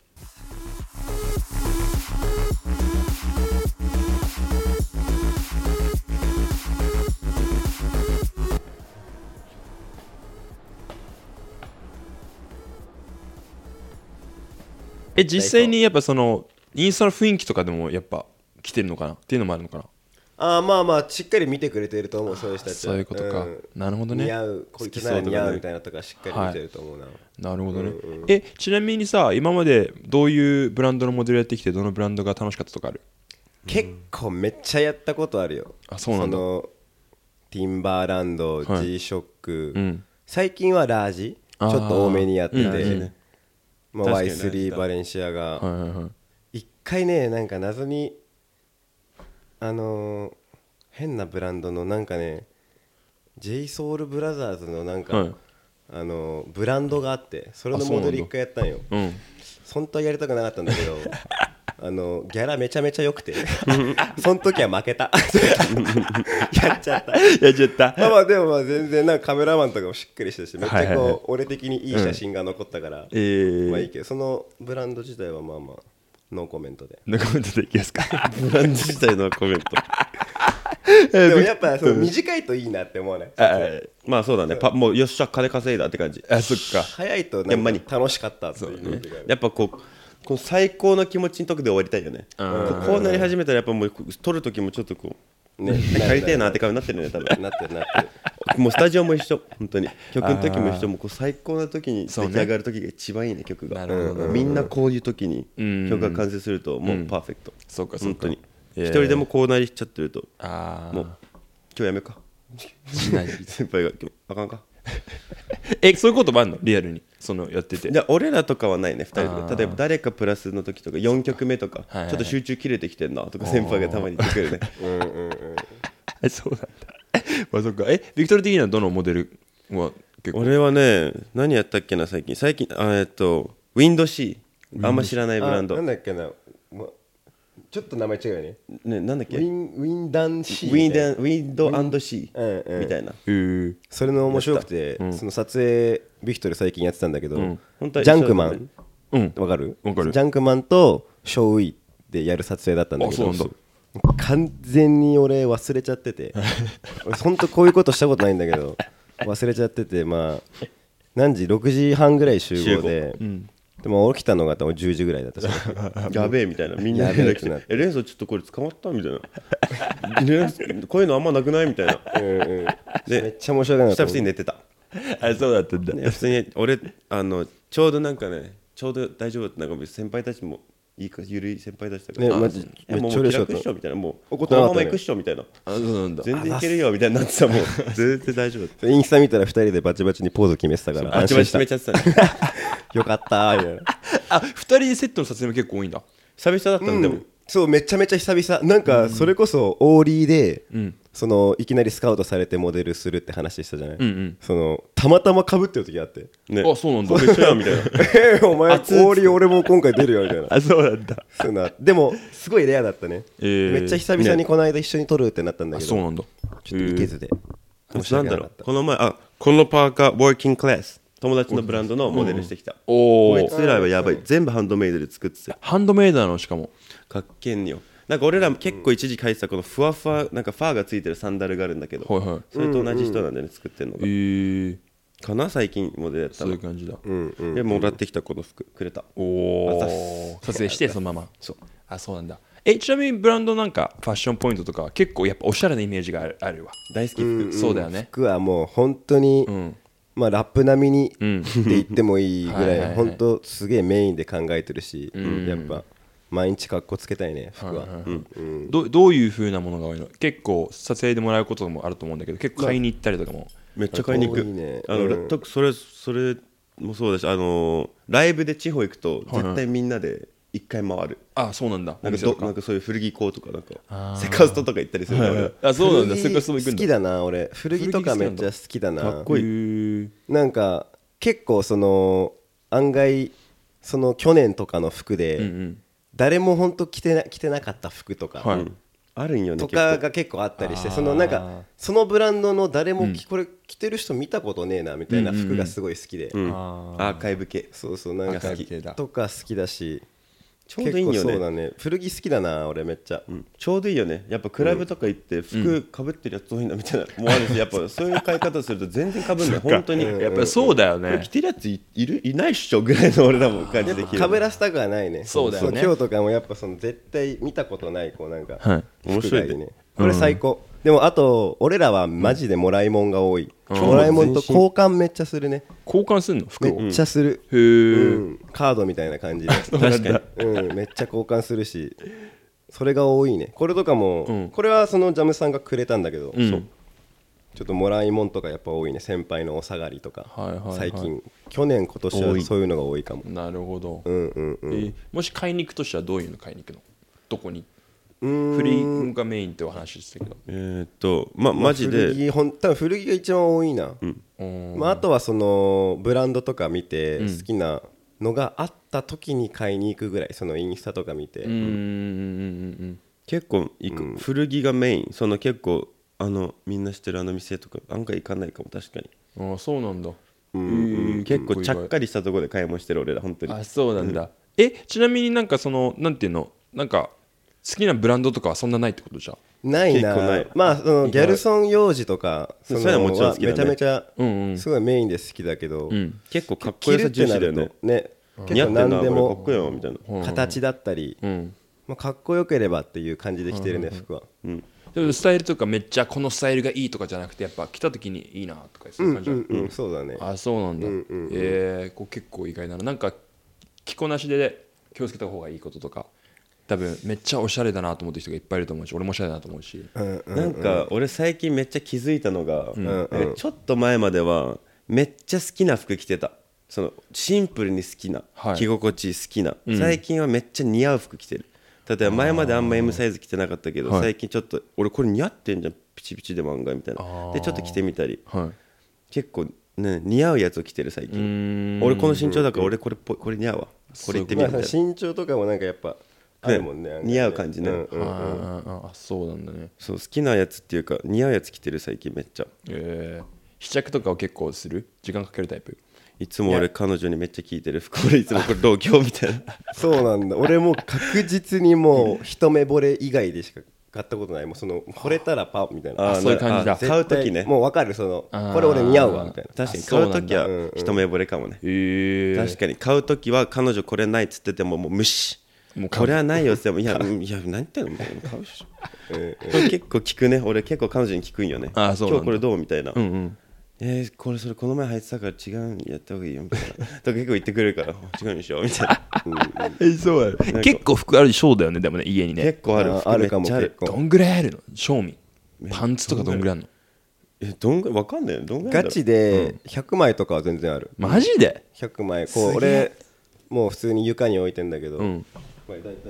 え実際にやっぱそのインスタの雰囲気とかでもやっぱ来てるのかなっていうのもあるのかな。 あまあまあしっかり見てくれてると思うそういう人たちは。 そういうことか、うん、なるほどね。 似合うこいつなら似合うみたいなとかしっかり見てると思うな、はい、 なるほどね、うんうん、えちなみにさ今までどういうブランドのモデルやってきてどのブランドが楽しかったとかある？ 結構めっちゃやったことあるよ。 あそうなんだ。 そのティンバーランド、はい、G ショック、うん、最近はラージちょっと多めにやってて、うんまあ、ワイスリー バレンシアガ、はいはいはい、一回ねなんか謎にあのー、変なブランドのなんかね ジェイソウルブラザーズのなんか、はい、あのー、ブランドがあってそれのモデル一回やったんよ。うん、本当はやりたくなかったんだけどあのギャラめちゃめちゃ良くてその時は負けたやっちゃったやっちゃったまあまあでもまあ全然なんかカメラマンとかもしっかりしてるしめっちゃこう俺的にいい写真が残ったから、うん、まあいいけどそのブランド自体はまあまあノーコメントでノーコメントでいきますかブランド自体のコメントでもやっぱその短いといいなって思わない？ まあそうだねパもうよっしゃ金稼いだって感じ。 あそっか早いとなんか楽しかったっていう、ね、 やっぱこうこの最高の気持ちのとこで終わりたいよね。こうなり始めたらやっぱもう撮る時もちょっとこうね帰りたいなって顔になってるね多分。 なってるなってる。 もうスタジオも一緒本当に曲の時も一緒もこう最高な時に出来上がる時が一番いいね曲が。みんなこういう時に曲が完成するともうパーフェクト。 そうかそうか。本当に一人でもこうなりしちゃってるともう今日やめか。先輩があかんか。 えそういうこともあるのリアルにそのやってて。 じゃ俺らとかはないねふたりで。例えば誰かプラスの時とかよんきょくめとか、はいはい、ちょっと集中切れてきてんなとか先輩がたまに言ってくるねうんうん、 うん、そうなんだまあそっか。えビクトル的にはどのモデルは結構？ 俺はね何やったっけな最近最近あえっとウィンド C あんま知らないブランド。 なんだっけな、まちょっと名前違うよね。 ねなんだっけ？ ウィンウィンダン C ウィンダンウィンド &C みたいな。 それの面白くて、うん、その撮影ビクトル最近やってたんだけど、うん、ジャンクマン、うん、わかる？わかる。ジャンクマンとショーウィーでやる撮影だったんだけど、完全に俺忘れちゃってて、本当こういうことしたことないんだけど忘れちゃってて、まあ何時ろくじはんぐらい集合で。でも起きたのが多分じゅうじぐらいだったしやべえみたいなみんなで来てえレンソちょっとこれ捕まったみたいなこういうのあんまなくないみたいなうん、うん、 でめっちゃ面白いな。 下普通に寝てたあそうだったんだ、 ね、普通に俺あのちょうどなんかねちょうど大丈夫ってなんか先輩たちもいいかゆるい先輩たちだからねマジめっちゃ嬉しかった。もう気楽っしょみたいなもうこのまま行くっしょみたいなあそうなんだ全然いけるよみたいになってたもう全然大丈夫インスタ見たらふたりでバチバチにポーズ決めてたからバチバチ決めちゃってたねよかったーみたいなあふたりでセットの撮影も結構多いんだ。 久々だったんで、うん、 そうめちゃめちゃ久々なんかそれこそオーリーで、うん、そのいきなりスカウトされてモデルするって話したじゃない、うんうん、そのたまたま被ってる時があって、 ね、あそうなんだめっちゃやみたいなえお前オーリー俺も今回出るよみたいなあそうなんだそうなでもすごいレアだったね、えー、めっちゃ久々にこの間一緒に撮るってなったんだけど、 ね、そうなんだちょっと行けずで、 えー、なんだろうこの前あこのパーカーワーキングクラス友達のブランドのモデルしてきた、うん、おこいつらはやばい全部ハンドメイドで作ってたハンドメイドなのしかもかっけんよなんか俺ら結構一時書いてたこのふわふわなんかファーがついてるサンダルがあるんだけど、はいはい、それと同じ人なんだよね作ってるのが、えー、かな最近モデルやったのそういう感じだ、 うんうん、でもらってきたこの服くれたおお撮影してそのままそうあそうなんだえちなみにブランドなんかファッションポイントとか結構やっぱおしゃれなイメージがある、あるわ大好き服、 うんうん、そうだよね服はもう本当に、うんまあ、ラップ並みにって言ってもいいぐらい本当すげえメインで考えてるし、うん、やっぱ毎日かっこつけたいね服は、はいはいはいうんうん、ど, どういう風なものが多いの結構撮影でもらうこともあると思うんだけど結構買いに行ったりとかも、 めっちゃ買いに行く、ねあのうん、それそれもそうだしあのライブで地方行くと絶対みんなで一回回る、はいはい、 あそうなんだなんかどなんかそういう古着コーとかなんかセカストとか行ったりするから、はいはい、 あそうなんだセカストも行くんだ好きだな俺古着とかめっちゃ好きだなかっこいいなんか結構その案外その去年とかの服で、うんうん誰も本当着てな着てなかった服とか、はい、 あるんよねとかが結構あったりしてそのなんかそのブランドの誰も、うん、これ着てる人見たことねえなみたいな服がすごい好きで、うんうんうん、 アーカイブ系そうそうなんか好きとか好きだしちょうどいいよねそうだね古着好きだな俺めっちゃ、 うん、ちょうどいいよねやっぱクラブとか行って服かぶってるやつ多いなみたいなもうあるしやっぱそういう買い方すると全然かぶんない本当にやっぱりそうだよね着てるやつ い, いるいないっしょぐらいの俺らも感じできるかぶらせたくはないねそうだよね今日とかもやっぱその絶対見たことないこうなんか、 はい、 面白いねこれ最高、うん、でもあと俺らはマジでもらいもんが多い、うん、もらいもんと交換めっちゃするね交換するの服をめっちゃする、 うん、へー、 うん、カードみたいな感じで確かに、うん、めっちゃ交換するしそれが多いねこれとかも、うん、これはそのジャムさんがくれたんだけど、うん、そうちょっともらいもんとかやっぱ多いね先輩のお下がりとか、はいはいはい、最近去年今年はそういうのが多いかもなるほど、 うんうんうんえー、 もし買いに行くとしたらどういうの買いに行くのどこに古着がメインってお話でしたけどえー、っとまマジで古着ほん多分古着が一番多いな、うんまあ、あとはそのブランドとか見て好きなのがあった時に買いに行くぐらいそのインスタとか見て、うんうんうんうん、結構行く、うん、古着がメインその結構あのみんな知ってるあの店とか案外行かないかも確かにああそうなんだ、 うんうん、結構ちゃっかりしたところで買い物してる俺ら本当にあそうなんだ、うん、えちなみになんかそのなんていうのなんか好きなブランドとかはそんなないってことじゃないなないまあそのギャルソン幼児とかそのはもちろん好きだねめちゃめちゃすごいメインで好きだけど、うん、 結構かっこよさ重視だよねね結構何でもかっこいいよみたいな形だったり、うんまあ、かっこよければっていう感じで着てるね、うん、服は、うん、 でもスタイルとかめっちゃこのスタイルがいいとかじゃなくてやっぱ着た時にいいなとかそういう感じ、 うんうんうん、そうだねあそうなんだ、うんうんうん、えー、こう結構意外なのなんか着こなしで気をつけた方がいいこととか多分めっちゃおしゃれだなと思ってる人がいっぱいいると思うし俺もおしゃれだなと思うし、 うんうんうん、なんか俺最近めっちゃ気づいたのが、うんうん、ちょっと前まではめっちゃ好きな服着てたそのシンプルに好きな、はい、着心地好きな、うん、最近はめっちゃ似合う服着てる例えば前まであんま エム サイズ着てなかったけど最近ちょっと俺これ似合ってんじゃんピチピチでも案外みたいなでちょっと着てみたり、はい、結構、ね、似合うやつを着てる最近俺この身長だから俺これっぽいこれ似合うわこれいってみるみたいな身長とかもなんかやっぱあるもんね、 似合う感じね、うんうんうん、あそうなんだねそう好きなやつっていうか似合うやつ着てる最近めっちゃ、 えー、試着とかを結構する時間かけるタイプいつも俺彼女にめっちゃ聞いてる服俺いつもこれ同居みたいなそうなんだ俺もう確実にもう一目惚れ以外でしか買ったことないもうその惚れたらパッみたいなあそういう感じだ買うときねもう分かるそのこれ俺似合うわみたいな確かに買うときは一目惚れかもね、うんうん、確かに買うときは彼女これないっつっててももう無視もうこれはないよって言ってもいやいや何言ってんのみたいな買うでしょ、えー、これ結構聞くね俺結構彼女に聞くんよねあそう今日これどうみたいな、うんうんえー、これそれこの前履いてたから違うんやった方がいいよみたいなとか結構言ってくれるから違うんでしょみたいな、 うん、そうだね結構服あるそうだよねでもね家にね結構ある服めっちゃある結構どんぐらいあるの正味パンツとかどんぐらいあるのえどんぐらいわかんないよどんぐらいガチでひゃくまいとかは全然ある、 うん、マジでひゃくまいこう俺もう普通に床に置いてんだけど、うん、これ大体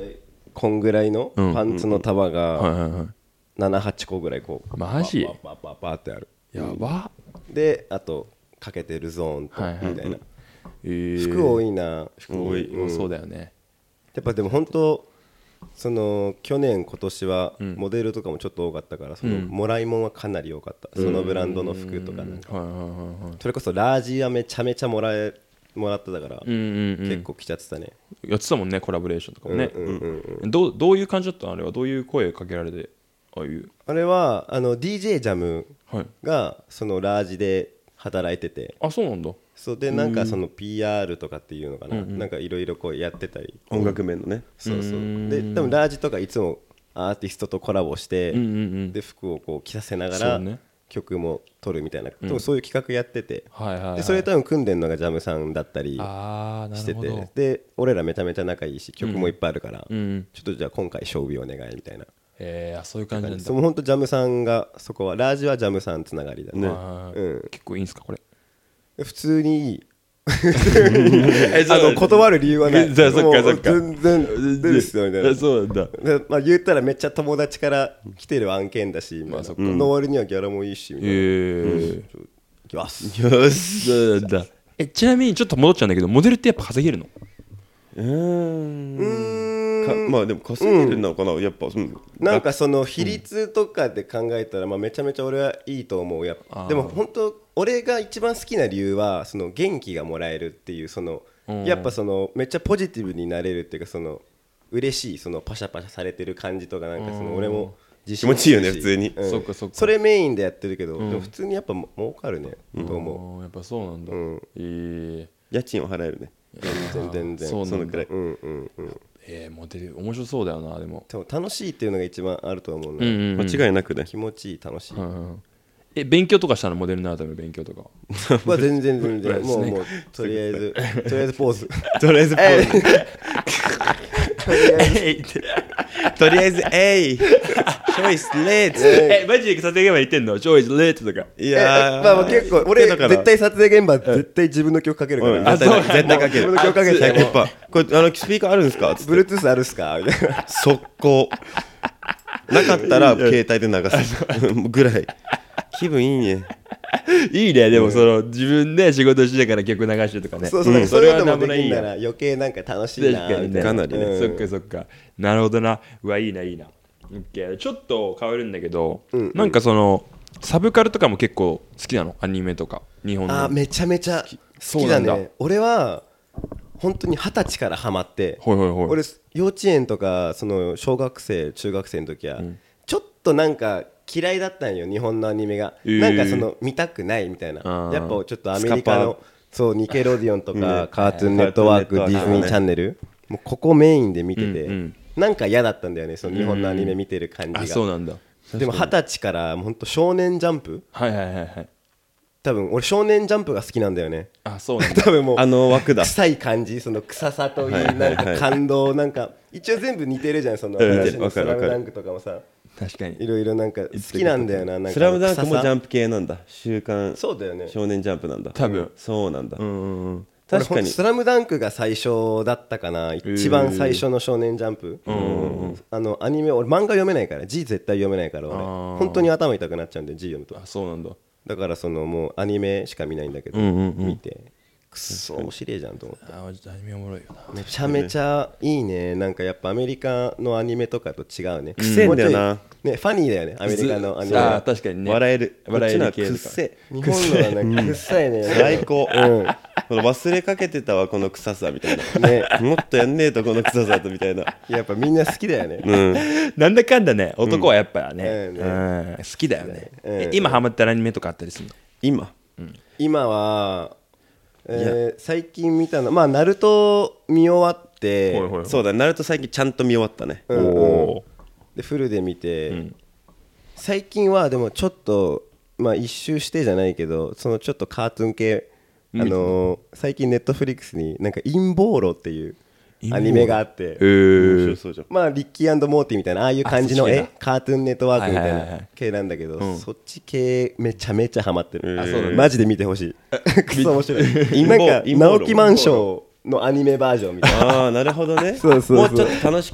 こんぐらいのパンツの束がななはちこぐらいこうマジババババってある。 やばであとかけてるゾーンとみたいな、 えー、 服多いな。 服多い、 うん、そうだよね。 やっぱでも本当その去年今年はモデルとかもちょっと多かったから、そのもらいもんはかなり多かった、うん、そのブランドの服とかなんか、それこそラージはめちゃめちゃもらえもらってたから、うんうんうん、結構来ちゃってたね。 やってたもんね、コラボレーションとかもね。どうどういう感じだったのあれは。どういう声かけられて。ああいうあれはあの ディージェー ジャムがそのラージで働いてて、 あ、そうなんだ。 そうでなんかその ピーアール とかっていうのかな、うんうん、なんかいろいろこうやってたり、 音楽面のね、 そうそうで多分ラージとかいつもアーティストとコラボして、うんうんうん、で服をこう着させながら、ね、曲も撮るみたいな、うん、そういう企画やってて、はいはいはい、でそれ多分組んでるのがジャムさんだったりしてて、で俺らめちゃめちゃ仲いいし曲もいっぱいあるから、うんうん、ちょっとじゃあ今回勝負お願いみたいな。 えー、そういう感じなんだ。 その本当ジャムさんがそこはラージはジャムさんつながりだね、 うん、結構いいんすかこれ。 普通にいいあの断る理由はない。 そっかそっか全然出るっすよみたいな。 そうなんだ。 で、まあ、言ったらめっちゃ友達から来てる案件だし、まあ、その割にはギャラもいいしみたいな。 えー、よしよしそうなんだ。えちなみにちょっと戻っちゃうんだけど、モデルってやっぱ稼げるの？ うーんうーんまあでも稼げるのかな、うん、やっぱ、うん、 なんかその比率とかで考えたら、まあ、めちゃめちゃ俺はいいと思う。やっぱでも本当俺が一番好きな理由はその元気がもらえるっていう、そのやっぱそのめっちゃポジティブになれるっていうか、その嬉しいそのパシャパシャされてる感じとか、なんかその俺も自信気持ちいいよね普通に、 うん、そっかそっかそれメインでやってるけど、うん、でも普通にやっぱ儲かるね、うん、と思う。やっぱそうなんだ、うん、えー、家賃は払えるね。 全然全然そうなんだ。そのくらい、 うんうんうん、 えー、モデル面白そうだよな。でもでも楽しいっていうのが一番あると思うね、 うんうんうん、間違いなくね。 気持ちいい、楽しい、 うんうん、え勉強とかしたの？モデルになるための勉強とかまあ全然全然もうもうとりあえずとりあえずポーズとりあえずポーズとりあえずえいチョイスレッツえマジで撮影現場行ってんの？チョイスレッツとか。 いやーまあ結構俺絶対撮影現場絶対自分の曲かけるから、 うん、絶対絶対かける。 自分の曲かけてひゃくパーセントこれあのスピーカーあるんですか？ Bluetooth あるっすかみたいな速攻なかったら携帯で流すぐらい気分いいね。 いいね。でもその自分で仕事してから曲流してとかね。 そうそう、うん、それはでもできんなら余計なんか楽しいなみたいな。 かなりね、 うん、そっかそっか。なるほどな。うわいいないいな。ちょっと変わるんだけど、うんうん、なんかそのサブカルとかも結構好きなの？アニメとか日本の。 あめちゃめちゃ好きだね。だ俺は本当に二十歳からハマって、 ほいほいほい。 俺幼稚園とかその小学生中学生の時は、うん、ちょっとなんか嫌いだったんよ日本のアニメが、えー、なんかその見たくないみたいな。やっぱちょっとアメリカのそうニケロディオンとか、ね、カートゥーンネットワーク、ディズニーチャンネル、もうここメインで見てて、うんうん、なんか嫌だったんだよねその日本のアニメ見てる感じが、うん、 あそうなんだ。 でも二十歳から本当少年ジャンプ、 はいはいはいはい、 多分俺少年ジャンプが好きなんだよね。 あそうなんだ多分もうあの枠だ臭い感じ、その臭さといいなんか感動、なんか一応全部似てるじゃんその話のスラムダンクとかもさ。 確かにいろいろなんか好きなんだよな。なんかスラムダンクもジャンプ系なんだ。週刊そうだよね、 少年ジャンプなんだ多分。 そうなんだ、うんうんうん、 確かにスラムダンクが最初だったかな、一番最初の少年ジャンプ、えーうんうん、あのアニメ俺漫画読めないから G 絶対読めないから俺本当に頭痛くなっちゃうんで G 読むと。 あそうなんだ。 だからそのもうアニメしか見ないんだけど、うんうんうん、見てくっそ面白いじゃんと思って。 あアニメおもろいよな。 めちゃめちゃいいね。なんかやっぱアメリカのアニメとかと違うね。 くせえんだよな、 ね、ファニーだよねアメリカのアニメ。 あ確かにね、 笑える。 笑える系とか。くっせえ日本のはなんかくっさいね最高、うん、この忘れかけてたわこの臭さみたいな、ね、もっとやんねえとこの臭さとみたいな。 やっぱみんな好きだよね、 うん、なんだかんだね男はやっぱね、うんうん、好きだよね、うん、今ハマったアニメとかあったりするの？ 今、 うん、今はえー、最近見たのまあナルト見終わって、 ほいほいほい、そうだナルト最近ちゃんと見終わったね、 うんうん、でフルで見て、うん、最近はでもちょっとまあ一周してじゃないけどそのちょっとカートゥーン系、うん、あのー、最近ネットフリックスになんか陰謀論っていうアニメがあって、 えー、 まあリッキー&モーティみたいなああいう感じの絵カートゥーンネットワークみたいな系なんだけど、はいはいはいはい、そっち系めちゃめちゃハマってる、 あそうだね、 マジで見てほしいくそ面白いなんか直木マンションのアニメバージョンみたいな。 ああなるほどねそうそうそう、 もうちょっと楽しく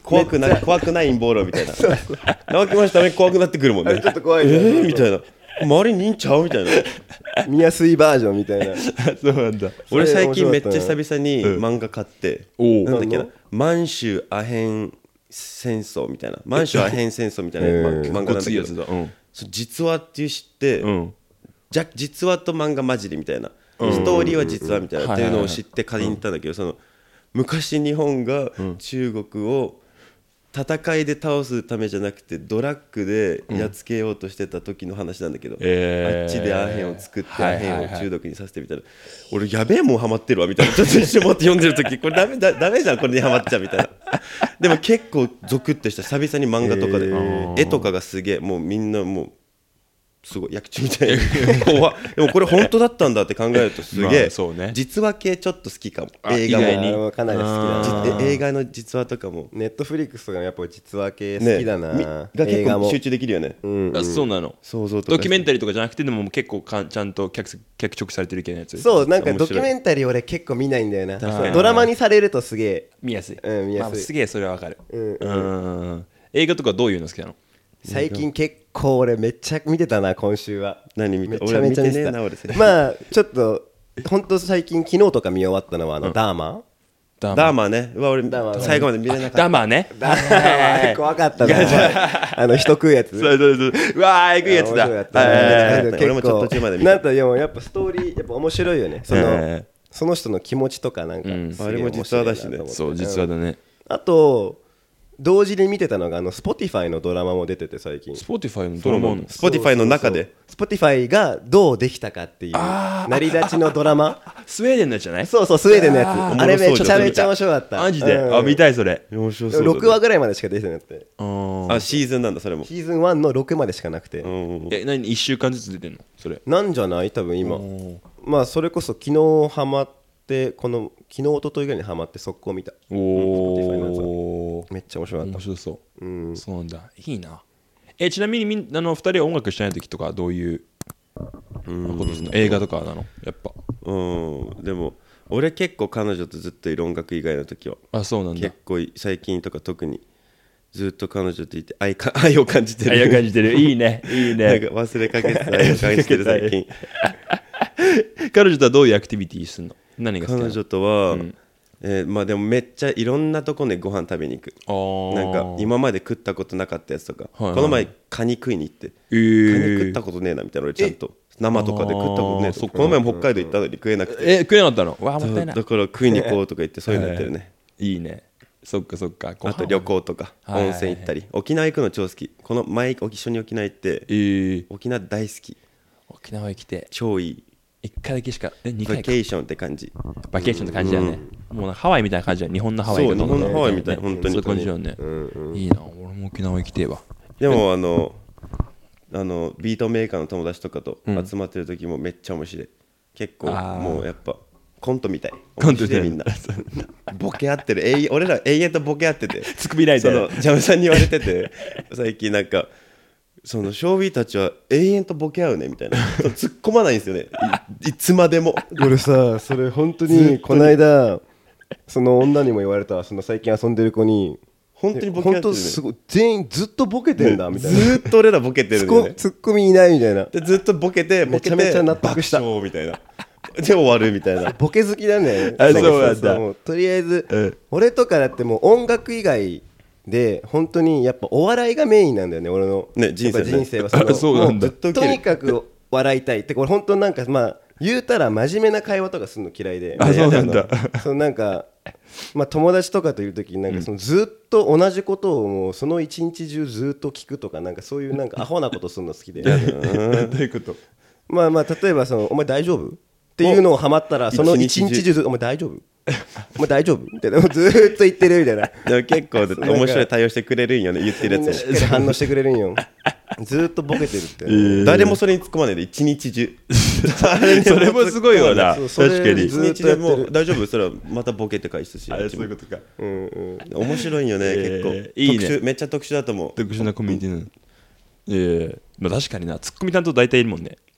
怖くない怖くない陰謀論みたいな直木マンシュために怖くなってくるもんねちょっと怖いね、 えー、みたいな周りにいんちゃうみたいな見やすいバージョンみたいなそうなんだ。 俺最近めっちゃ久々に漫画買って、 うん、 なんだっけな満州アヘン戦争みたいな満州アヘン戦争みたいな漫画なんだけど、うん、実話っていう知って、うん、じゃ実話と漫画混じりみたいな、うん、ストーリーは実話みたいなっていうのを知って借りに行ったんだけど、その昔日本が中国を戦いで倒すためじゃなくてドラッグでやっつけようとしてた時の話なんだけど、うんえー、あっちでアヘンを作ってアヘンを中毒にさせてみたいな、俺やべえもんハマってるわみたいなちょっと一瞬持って読んでる時これダメだダメじゃんこれにハマっちゃうみたいなでも結構ゾクッとした久々に漫画とかで、えー、絵とかがすげえもうみんなもうすごい焼き地みたいな怖でもこれ本当だったんだって考えるとすげえ、まあね、実話系ちょっと好きかも。映画もかなり好きだ映画の実話とかもネットフリックスとかもやっぱ実話系好きだな、ね、 が結構集中できるよね、 うんうん、あそうなの想像とかドキュメンタリーとかじゃなくてでも結構かちゃんと 脚, 脚色されてる系のやつ。 そうなんかドキュメンタリー俺結構見ないんだよな。ドラマにされるとすげえ見やすい、 うん、見やすい、 まあ、すげえそれはわかる、うんうん、映画とかどういうの好きなの？ 最近結構俺めっちゃ見てたな今週は。 何見て？ めちゃめちゃ見てた。 俺見てねえな俺。 まあちょっと本当最近昨日とか見終わったのはあの、うん、ダーマダーマね。うわ俺最後まで見れなかった。 ダーマね。 ダーマ怖かったな。あの人食うやつ。 そうそうそう。うわー食うやつだ。 俺もちょっと途中まで見た。 なんかでもやっぱストーリーやっぱ面白いよね。そのその人の気持ちとかなんか。 あれも実話だしね。 そう実話だね。 あと同時に見てたのがあの Spotify のドラマも出てて最近。 Spotify のドラマの Spotify の中で Spotify がどうできたかっていう成り立ちのドラマ。 スウェーデンのやつじゃない？ そうそうスウェーデンのやつ。あれめちゃめちゃ面白かった。 マジで、うん、あ見たいそれ。 面白そう。 ろくわぐらいまでしか出てなくて。 あシーズンなんだそれも。 シーズンワンのろくまでしかなくて。 え何いっしゅうかんずつ出てんのそれ？ なんじゃない多分今。まあそれこそ昨日ハマってこの昨日一昨日ぐらいにハマって速攻見た。 おお、 めっちゃ面白かった。 面白そう、うん、そうなんだいいな。えちなみにみあのふたりは音楽してない時とかどういうことするの？映画とかなのやっぱ。 うんでも俺結構彼女とずっといる音楽以外の時は。 あそうなんだ。 結構最近とか特にずっと彼女といて 愛, か愛を感じてる。 愛を感じてるいいねいいね。 なんか忘れかけてた愛を感じてる最近彼女とはどういうアクティビティするの？何が好きなの？ 彼女とは、うんえー、まあでもめっちゃいろんなとこでご飯食べに行く。なんか今まで食ったことなかったやつとか、はいはい、この前カニ食いに行って、えー、カニ食ったことねえなみたいな俺ちゃんと生とかで食ったことねえと。この前も北海道行ったのに食えなくてえ食えなかったの？わもったいない。 だから食いに行こうとか言ってそういうのやってるねいいね。そっかそっか。 あと旅行とか温泉行ったり、はいはいはい、沖縄行くの超好き。この前一緒に沖縄行って、えー、沖縄大好き。 沖縄行きて超いい。 一回だけしかえにかいバケーションって感じ。 バケーションって感じだよね、うん、もうハワイみたいな感じだよ。日本のハワイ。 そう日本のハワイみたいな、 ね、 本当にそういう感じだよね、うんうん、いいな。俺も沖縄行きてえわ。 でもあのあのビートメーカーの友達とかと集まってる時もめっちゃ面白い、うん、結構もうやっぱコントみたい。 コントでみんなボケ合ってる。永俺ら永遠とボケ合っててツッコミないでそのジャムさんに言われてて最近なんかそのショービーたちは永遠とボケ合うねみたいな突っ込まないんですよね い, いつまでも。 俺さそれ本当にこの間その女にも言われた。その最近遊んでる子に本当にボケ合ってるね。 すごい全員ずっとボケてんだみたいな、ね、 ずっと俺らボケてるんだよね。 ツッコミいないみたいなでずっとボケてボケてめちゃめちゃ納得した爆笑みたいなで終わるみたいな。 ボケ好きだね。 あそうなんだ。 もうとりあえず、うん、俺とかだってもう音楽以外で本当にやっぱお笑いがメインなんだよね俺の、 ね、人生ね。 人生はそのそうなんだ。 とにかく笑いたいって。これ本当なんかまあ言うたら真面目な会話とかするの嫌いで。 あそうなんだ。 そのなんかまあ友達とかといる時になんかそのずっと同じことをもうその一日中ずっと聞くとかなんかそういうなんかアホなことするの好きで。 どういうこと？ まあまあ例えばそのお前大丈夫っていうのをハマったらその一日中お前大丈夫お前大丈夫みたいなずーっと言ってるみたいな。 でも結構面白い対応してくれるんよね言ってるやつも。 しっかり反応してくれるんよずーっとボケてるって、 えー、誰もそれに突っ込まないで一日中それもすごいよな。確かに一日でもう大丈夫それはまたボケて返すし。 あそういうことか、 うんうん、 面白いよね、えー、結構いい、ね、特殊めっちゃ特殊だと思う。 特殊なコミュニティなの、えーまあ、確かになツッコミ担当大体いるもんね。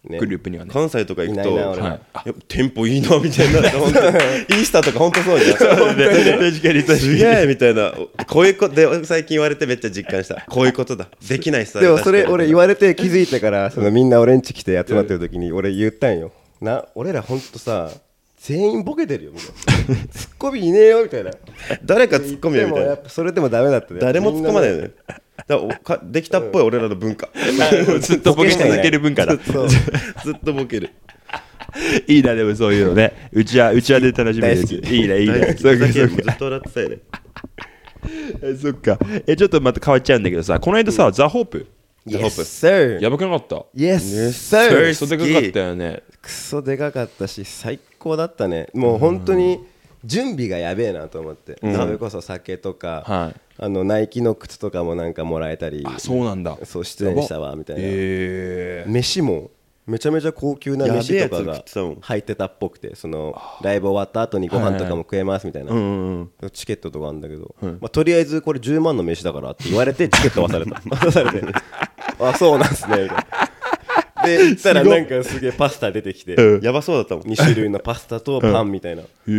ね、グループにはね。 関西とか行くといないな俺ら、 はい、やっぱテンポいいなみたいになって本当にイースターとか本当そうじゃん確かにすげえみたいなこういうことで最近言われてめっちゃ実感したこういうことだできないっすでもそれ俺言われて気づいてからそのみんな俺ん家来て集まってる時に俺言ったんよな俺らほんとさ全員ボケてるよみたいなツッコミいねえよみたいな誰かツッコミよみたいなそれでもダメだったね誰も突っ込まないよねだかできたっぽい俺らの文化、 うん、ずっとボケ続ける文化だずっとボケるいいなでもそういうのねうちはうちはで楽しみですいいねいいねそうかそうかずっと笑ってたよねそっかえちょっとまた変わっちゃうんだけどさこの間さ、うん、ザ・ホープザ・ホープ Sir やばくなかった Yes Sir クソでかかったよねクソでかかったし最高だったねもう本当に準備がやべえなと思って、うん、それこそ酒とか、はい、あのナイキの靴とかもなんかもらえたりあそうなんだそう出演したわみたいな、えー、飯もめちゃめちゃ高級な飯とかが入ってたっぽくてそのライブ終わった後にご飯とかも食えますみたいな、はいはい、チケットとかあるんだけど、はいまあ、とりあえずこれじゅうまんの飯だからって言われてチケット渡された渡されてあそうなんすねみたいなで行ったらなんかすげえパスタ出てきて、 うん、やばそうだったもんに種類のパスタとパンみたいな、うん、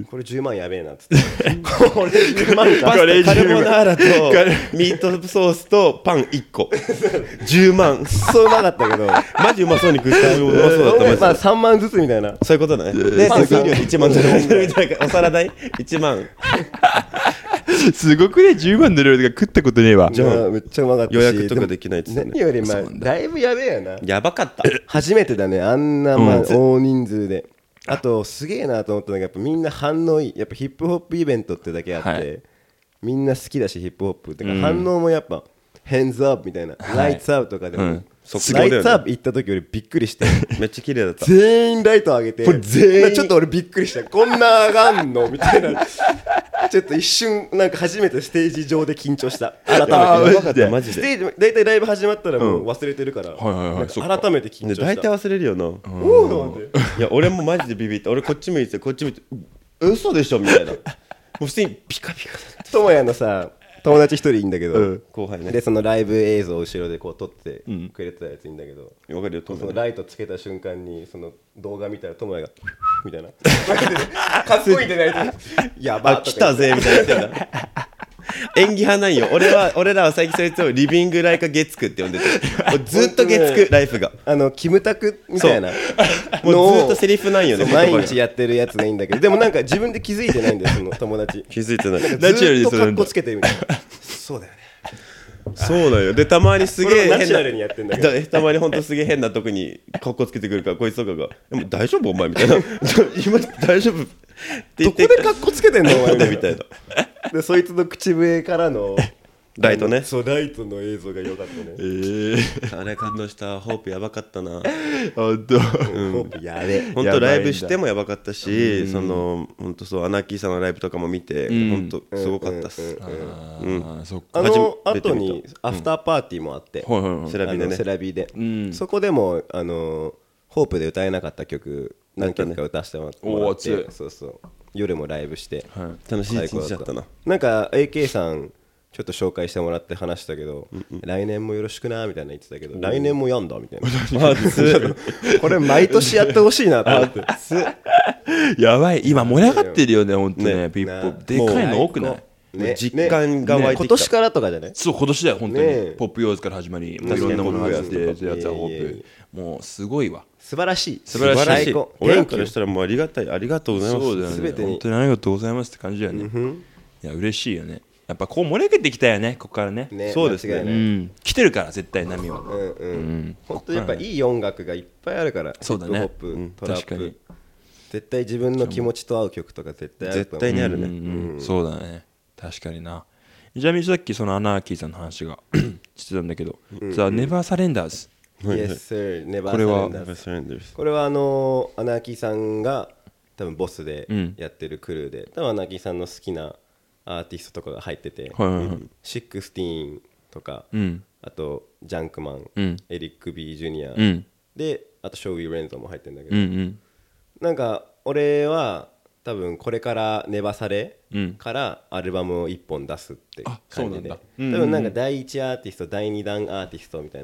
これじゅうまんやべえなっつってこれじゅうまんかパスタカルボナーラとミートソースとパンいっこじゅうまんそううまかったけどマジうまそうに食ったうまそうだったマジまあさんまんずつみたいなそういうことだねで次のいちまんずつみたいなお皿代いちまんすごくねじゅうまんの料理が食ったことねえわじゃあめっちゃうまかったし予約とかできないっつってね何よりまあだいぶやべえよなやばかった初めてだねあんなまあ大人数であとすげえなと思ったのがやっぱみんな反応いいやっぱヒップホップイベントってだけあって、はい、みんな好きだしヒップホップってか反応もやっぱヘンズアップみたいな、はい、ライツアウトとかでも、うんライトアップ行った時俺びっくりしてめっちゃ綺麗だった全員ライト上げてこれ全員ちょっと俺びっくりしたこんな上がんのみたいなちょっと一瞬なんか初めてステージ上で緊張した改めてやばかったマジでステージ大体ライブ始まったらもう忘れてるから、うんはいはいはい、改めて緊張した大体忘れるよなおおいや俺もマジでビビって俺こっち向いてこっち向いて嘘でしょみたいなもう普通にピカピカともやのさ友達一人いいんだけど、うん、 後輩ねでそのライブ映像を後ろでこう撮ってくれてたやついいんだけど、 うん、分かるよそのライトつけた瞬間にその動画見たら友也がみたいなかっこいいってないとやばっ来たぜみたいな演技派なんよ俺は俺らは最近そいつをリビングライカ月9って呼んでてずっと月9ライフがあのキムタクみたいなもうずっとセリフないよね毎日やってるやつがいいんだけどでもなんか自分で気づいてないんだよその友達気づいてないずっとかっこつけてるみたいなそうだよねそうだよでたまにすげえナチュラルにやってんだけどたまにほんとすげえ変なとこにかっこつけてくるからこいつとかがでも大丈夫お前みたいな今大丈夫どこでかっこつけてんのお前みたいなでそいつの口笛からのライトねそうライトの映像が良かったねえー、あれ感動したホープやばかったな本当、うん、ホープやべ本当ライブしてもやばかったしその本当そうアナーキーさんのライブとかも見て本当すごかったっすあの後にアフターパーティーもあってセラビでねセラビでそこでもあのホープで歌えなかった曲何曲か歌わせてもらってそうそう夜もライブして、 はい、楽しい一日だったななんか エーケー さんちょっと紹介してもらって話したけど、うんうん、来年もよろしくなみたいな言ってたけど来年もやんだみたいなこれ毎年やってほしいなと思ってやばい今盛り上がってるよね本当ねピッポでかいの多くないね、実感が湧いてきた、ね、 今年からとかじゃないそう今年だよ本当に、ね、ポップヨーズから始まりいろんなものが始まってやつはホープもうすごいわ素晴らしい素晴らしい俺らからしたらもうありがたいありがとうございますそうだよね全てに本当にありがとうございますって感じだよね、うん、いや嬉しいよねやっぱこう盛り上げてきたよねここからね、 ねそうですね、 うんうん、来てるから絶対波はうんうん、 うん、本当やっぱいい音楽がいっぱいあるからそうだねヒップホップ、トラップ絶対自分の気持ちと合う曲とか絶対ある絶対にあるね、 うんうんうん、そうだね確かになちなみにさっきそのアナーキーさんの話がしてたんだけど、うん、ザ・ネバーサレンダーズ Yes sir ネバこれはーサレンダーズこれはあのアナーキーさんが多分ボスでやってるクルーで、うん、多分アナーキーさんの好きなアーティストとかが入ってて、 はいはいはい、 シックスティーンとか、うん、あとジャンクマン、うん、エリック・ビー・ジュニア、うん、であとショーウィー・レンゾも入ってるんだけど、うんうん、なんか俺は多分これからネバサレからアルバムをいっぽん出すって感じで、うん、多分なんかだいいちアーティストだいにだんアーティストみたいな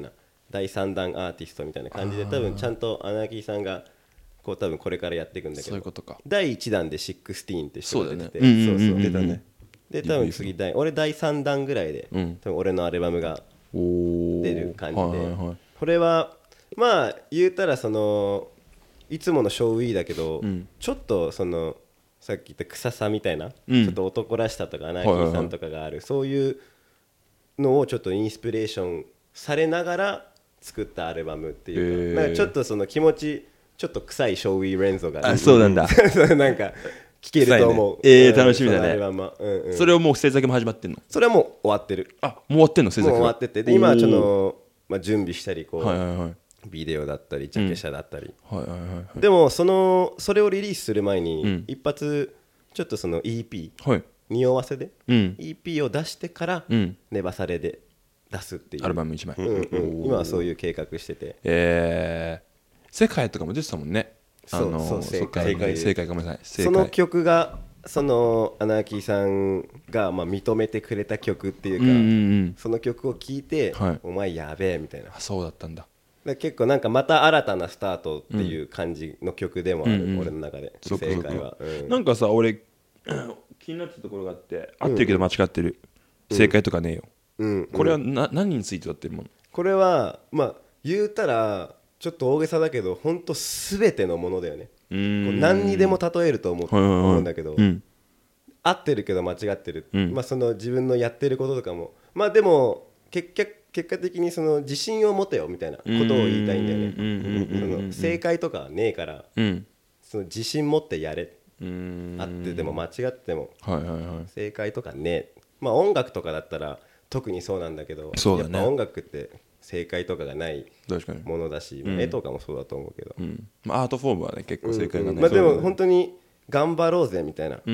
だいさんだんアーティストみたいな感じで多分ちゃんとアナーキーさんがこう多分これからやっていくんだけど、 そういうことか。 だいいちだんでじゅうろくって人が出てて、 そうだよね。 そうそう出たね。 で多分次第俺だいさんだんぐらいで、うん、多分俺のアルバムが出る感じで、はいはいはい、これはまあ言うたらそのいつものショーウィーだけど、うん、ちょっとそのさっき言った臭さみたいな、うん、ちょっと男らしさとかアナーキーさんとかがある、はいはいはい、そういうのをちょっとインスピレーションされながら作ったアルバムっていうか、なんかちょっとその気持ちちょっと臭いショーウィーレンゾが、ね、 あそうなんだなんか聴けると思う、ね、 えー、楽しみだね、 そ, うんうん、 それをもう制作も始まってんの？それはもう終わってる。 あもう終わってんの？制作もう終わってて、で今ちょっと、まあ、準備したりこう、 はいはいはい、 ビデオだったりジャケ写だったり、 うんはいはいはいはい、 でもそのそれをリリースする前に、うん、一発ちょっとその イーピー、はい、匂わせで、うん、イーピー を出してから、うん、ネバサレで出すっていうアルバムいちまい、 うんうん、今はそういう計画してて、 えー、世界とかも出てたもんね。 そうそう正解正解ごめんなさい。 その曲がそのアナーキーさんがまあ認めてくれた曲っていうか、うんうんうん、その曲を聴いて、はい、お前やべえみたいな。 あそうだったんだ。 だ結構なんかまた新たなスタートっていう感じの曲でもある、うんうん、俺の中で正解は、うん、 なんかさ俺気になってたところがあって合ってるけど間違ってる、うん、正解とかねえよ、うんうん、これはな何についてだってるもの？ これはまあ言うたらちょっと大げさだけど本当すべてのものだよね。うーん何にでも例えると思 う,、はいはいはい、思うんだけど、うん、合ってるけど間違ってる、うんまあ、その自分のやってることとかもまあでも結局結果的にその自信を持てよみたいなことを言いたいんだよね。正解とかはねえから、うん、その自信持ってやれ。うん合ってても間違っても、はいはいはい、正解とかねえ。まあ音楽とかだったら特にそうなんだけど、 そうだね、 やっぱ音楽って正解とかがないものだし、まあ、絵とかもそうだと思うけど、 うんまあ、アートフォームはね結構正解がない、うんうんまあ、でも本当に頑張ろうぜみたいな、うん、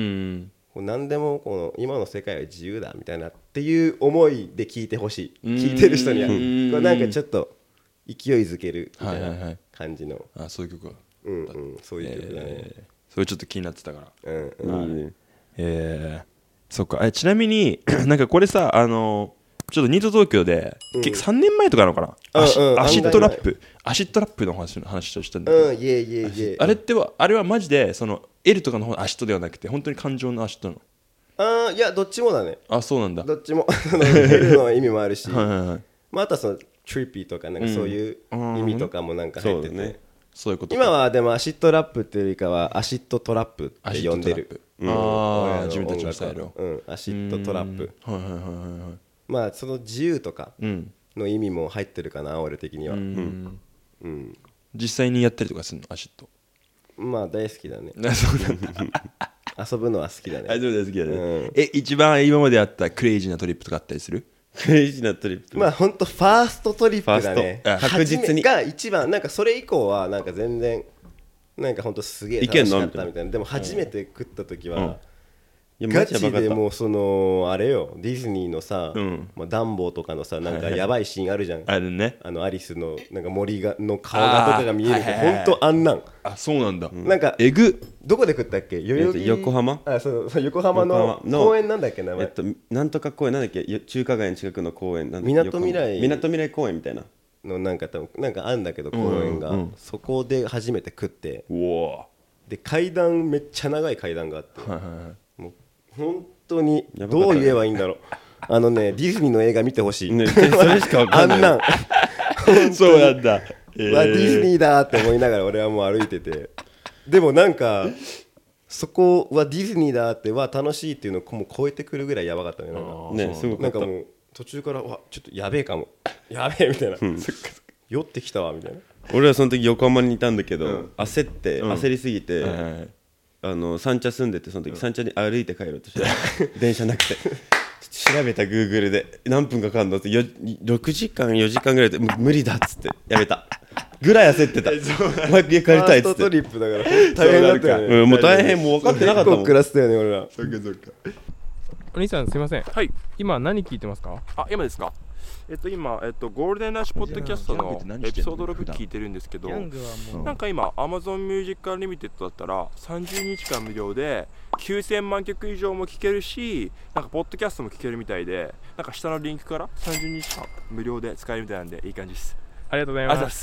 こう何でもこの今の世界は自由だみたいなっていう思いで聞いてほしい。聞いてる人にはこれなんかちょっと勢いづけるみたいな感じの、はいはいはい、 あそういう曲は、 うんうん、そういう曲だね、 えー、それちょっと気になってたから、うんうんうんえー、そっかえちなみになんかこれさあのちょっとニート東京で、うん、結構さんねんまえとかなのかな、うん、アシ、うん、アシッドラップアシッドラップの話の話をしたんだけど、 うん、いえいえいえあれってはあれはマジでその L とかの方のアシッドではなくて本当に感情のアシッドなの？ あいやどっちもだね。 あそうなんだ。 どっちもL の意味もあるしはいはい、はいまあ、あとはそのトリッピーとかなんかそういう意味とかもなんか入ってて、うん、そうね、そういうこと今はでもアシッドラップっていうよりかはアシッドトラップって呼んでる。 うん、ああ自分たちのスタイルを、 うん、アシッドトラップ、 はいはいはいはいまあその自由とかの意味も入ってるかな、俺的には、うんうん、実際にやったりとかするのアシッド？ まあ大好きだね。 そうなんだ遊ぶのは好きだね。 遊ぶのは好きだね、うん、え一番今まであったクレイジーなトリップとかあったりする？ クレイジーなトリップまあほんとファーストトリップだね。 確実にが一番なんかそれ以降はなんか全然なんかほんとすげえ楽しかったみたいな。でも初めて食った時は、うんガチでもうそのあれよディズニーのさ、うんまあ、ダンボーとかのさなんかやばいシーンあるじゃん、 あるね、 あのアリスのなんか森がの顔がとかが見えるけど本当あんなん。 あそうなんだ、 なんかえぐどこで食ったっけ？代々木横浜あそうそう横浜の公園なんだっけ名前、 えっと、なんとか公園なんだっけ中華街の近くの公園みなとみらいみなとみらい公園みたいなのなんか多分なんかあるんだけど公園が、うんうん、そこで初めて食って、 うおで階段めっちゃ長い階段があって、はいはいはい、もう本当にどう言えばいいんだろうあのねディズニーの映画見てほしい、ね、それしか分かんないあんなんそうなんだ、 えー、わディズニーだって思いながら俺はもう歩いててでもなんかそこはディズニーだっては楽しいっていうのをもう超えてくるぐらいやばかったね。なんかねすごかった。 なんかもう途中からわちょっとやべえかもやべえみたいな、うん、酔ってきたわみたいな。 俺はその時横浜にいたんだけど、うん、焦って、うん、焦りすぎて、うん、あの三茶住んでてその時、うん、三茶に歩いて帰ろうとして電車なくて調べた Google で何分かかるのってろくじかんよじかんぐらいでもう無理だっつってやめたぐらい焦ってたもう家帰りたいっつってファーストトリップだから大変だったよね、 うん、もう大変もう分かってなかったもん結構クラスだよね俺ら。 そっかそっか。 お兄さんすいません、 はい、 今何聞いてますか？ あ今ですか、えっと今、えっと、ゴールデンラッシュポッドキャストのエピソードろく聞いてるんですけど、なんか今 Amazon Music Unlimited だったらさんじゅうにちかん無料できゅうせんまんきょく以上も聴けるし、なんかポッドキャストも聴けるみたいで、なんか下のリンクからさんじゅうにちかん無料で使えるみたいなんでいい感じです。 ありがとうございます。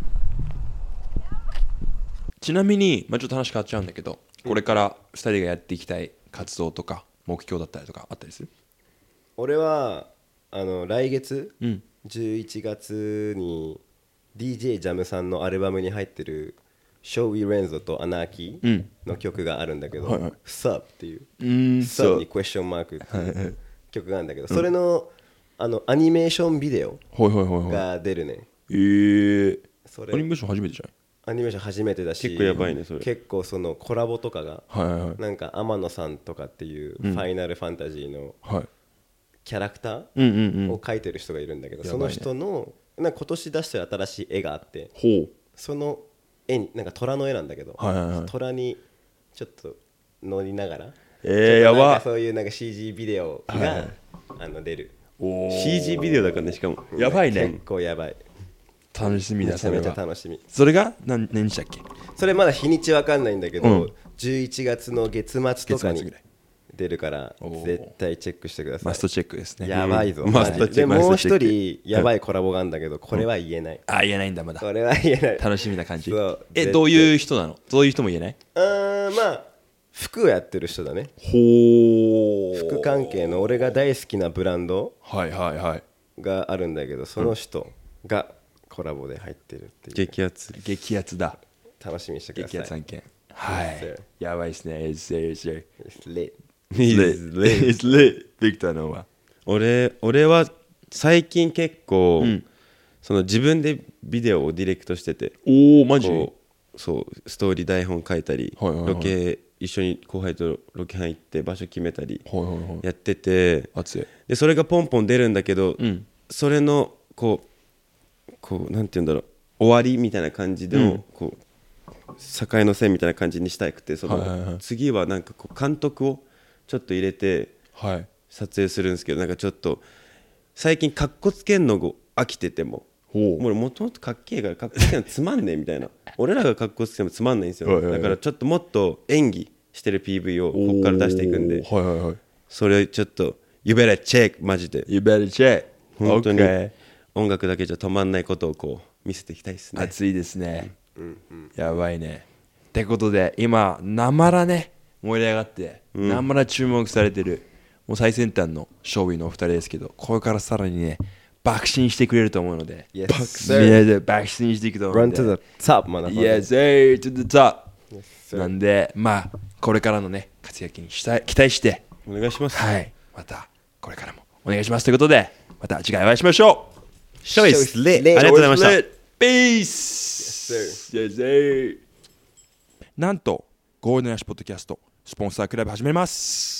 ちなみに、まあ、ちょっと話変わっちゃうんだけど、これからふたりがやっていきたい活動とか目標だったりとかあったりする？ 俺はあの来月、 うん、 じゅういちがつに ディージェー ジャムさんのアルバムに入ってるショーウィ・レンゾとアナーキーの曲があるんだけど、 はいはい、 サーっていう、 うーん、 サーにクエスチョンマークっていう曲があるんだけど、それの、あのアニメーションビデオが出るね。 えー、 それアニメーション初めてじゃない？ アニメーション初めてだし、 結構やばいねそれ。 結構そのコラボとかが、 はいはいはい、 なんか天野さんとかっていうファイナルファンタジーのキャラクターを描いてる人がいるんだけど、その人のなんか今年出した新しい絵があって、その絵になんか虎の絵なんだけど、はいはいはい、虎にちょっと乗りながら、 えー、やば、 そういうなんか シージー ビデオが、はいはい、あの出る。 お シージー ビデオだからね、しかもやばいね。 結構やばい。 楽しみだ。 めちゃめちゃ楽しみ。 それが何日だっけ？ それまだ日にちわかんないんだけど、うん、じゅういちがつの月末とかに出るから絶対チェックしてください。 マストチェックですね。 やばいぞ、 うん、マストチェック。 でもう一人やばいコラボがあるんだけど、これは言えない、うん、 あ言えないんだまだ。 これは言えない。 楽しみな感じ。えどういう人なの？どういう人も言えない？ うーん、まあ服をやってる人だね。 ほー、 服関係の俺が大好きなブランドはいはいはいがあるんだけど、その人がコラボで入ってるっていう。 激アツ激アツだ。 楽しみにしてください。 激アツ案件。はい。やばいですね。It's lit. It's lit. It's lit. It's lit. ビクターのは。 俺俺は最近結構、うん、その自分でビデオをディレクトしてて。 おおマジ？ そうストーリー台本書いたり、はいはいはい、ロケ一緒に後輩とロケ班行って場所決めたりやってて、 熱い。 でそれがポンポン出るんだけど、 うん、 それのこうこうなんていうんだろう、終わりみたいな感じの、うん、こう境の線みたいな感じにしたくて、その、はいはいはい、次はなんかこう監督をちょっと入れて撮影するんですけど、なんかちょっと最近カッコつけんの飽きてても、もうもともとかっけえからかっこつけるのつまんねえみたいな俺らがかっこつけてもつまんないんですよ、はいはいはい、だからちょっともっと演技してる ピーブイ をここから出していくんで、 はいはいはい、 それをちょっと You better check マジで You better check 本当に音楽だけじゃ止まんないことをこう見せていきたいですね。 熱いですね、うんうん、やばいね。ってことで今なまらね盛り上がって、うん、なまら注目されてるもう最先端のショーウィのお二人ですけど、これからさらにね爆心してくれると思うので、 yes, 爆心していくと思うので Run to the top まだ Yes sir to the top、yes, なんでまあこれからのね活躍にしたい期待してお願いします。 はい、またこれからもお願いしますということで、また次回お会いしましょう。 ショーイスレありがとうございました。 ピース、yes, yes, yes. なんとゴールデンラッシュポッドキャストスポンサークラブ始めます。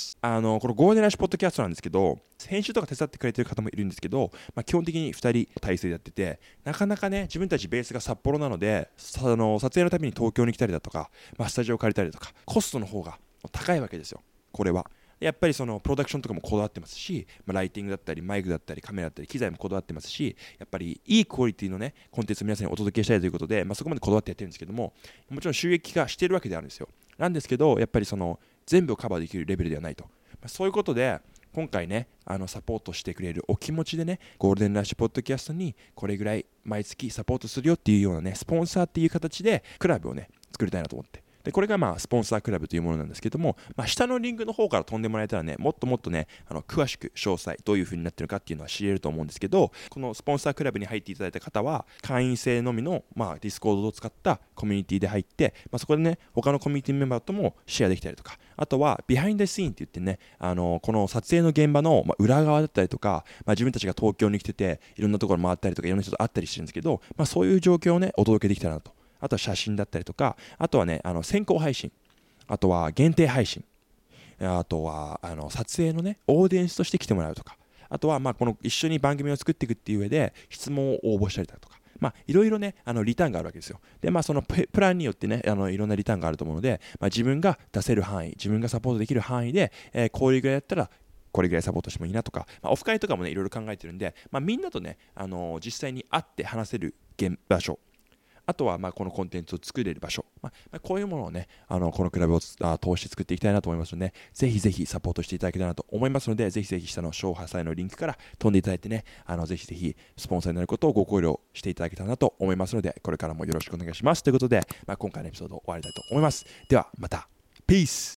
あのこのゴールデンラッシュポッドキャストなんですけど、編集とか手伝ってくれてる方もいるんですけど、まあ、基本的にふたり体制でやってて、なかなかね自分たちベースが札幌なので、あの撮影のために東京に来たりだとか、まあ、スタジオを借りたりとかコストの方が高いわけですよ。これはやっぱりそのプロダクションとかもこだわってますし、まあ、ライティングだったりマイクだったりカメラだったり機材もこだわってますし、やっぱりいいクオリティのねコンテンツを皆さんにお届けしたいということで、まあ、そこまでこだわってやってるんですけども、もちろん収益化してるわけであるんですよ。なんですけどやっぱりその全部をカバーできるレベルではないと、まあ、そういうことで今回ねあのサポートしてくれるお気持ちでね、ゴールデンラッシュポッドキャストにこれぐらい毎月サポートするよっていうようなねスポンサーっていう形でクラブをね作りたいなと思って、でこれがまあスポンサークラブというものなんですけども、まあ、下のリンクの方から飛んでもらえたらね、もっともっとねあの詳しく詳細どういう風になってるかっていうのは知れると思うんですけど、このスポンサークラブに入っていただいた方は会員制のみの、まあ、ディスコードを使ったコミュニティで入って、まあ、そこでね他のコミュニティメンバーともシェアできたりとか、あとはビハインドシーンって言ってね、あのこの撮影の現場の、まあ、裏側だったりとか、まあ、自分たちが東京に来てていろんなところ回ったりとかいろんな人と会ったりしてるんですけど、まあ、そういう状況をねお届けできたらなと。あとは写真だったりとか、あとはねあの先行配信、あとは限定配信、あとはあの撮影のねオーディエンスとして来てもらうとか、あとはまあこの一緒に番組を作っていくっていう上で質問を応募したりだとか、まあいろいろねあのリターンがあるわけですよ。でまあそのプランによってねあのいろんなリターンがあると思うので、まあ、自分が出せる範囲、自分がサポートできる範囲で、えー、これぐらいやったらこれぐらいサポートしてもいいなとか、まあ、オフ会とかもねいろいろ考えてるんで、まあ、みんなとね、あのー、実際に会って話せる現場所、 あとはまあこのコンテンツを作れる場所、まあ、こういうものをねあのこのクラブを通して作っていきたいなと思いますので、ぜひぜひサポートしていただけたらなと思いますので、ぜひぜひ下の詳細のリンクから飛んでいただいてね、あのぜひぜひスポンサーになることをご考慮していただけたらなと思いますので、これからもよろしくお願いしますということで、まあ、今回のエピソードを終わりたいと思います。ではまた、ピース。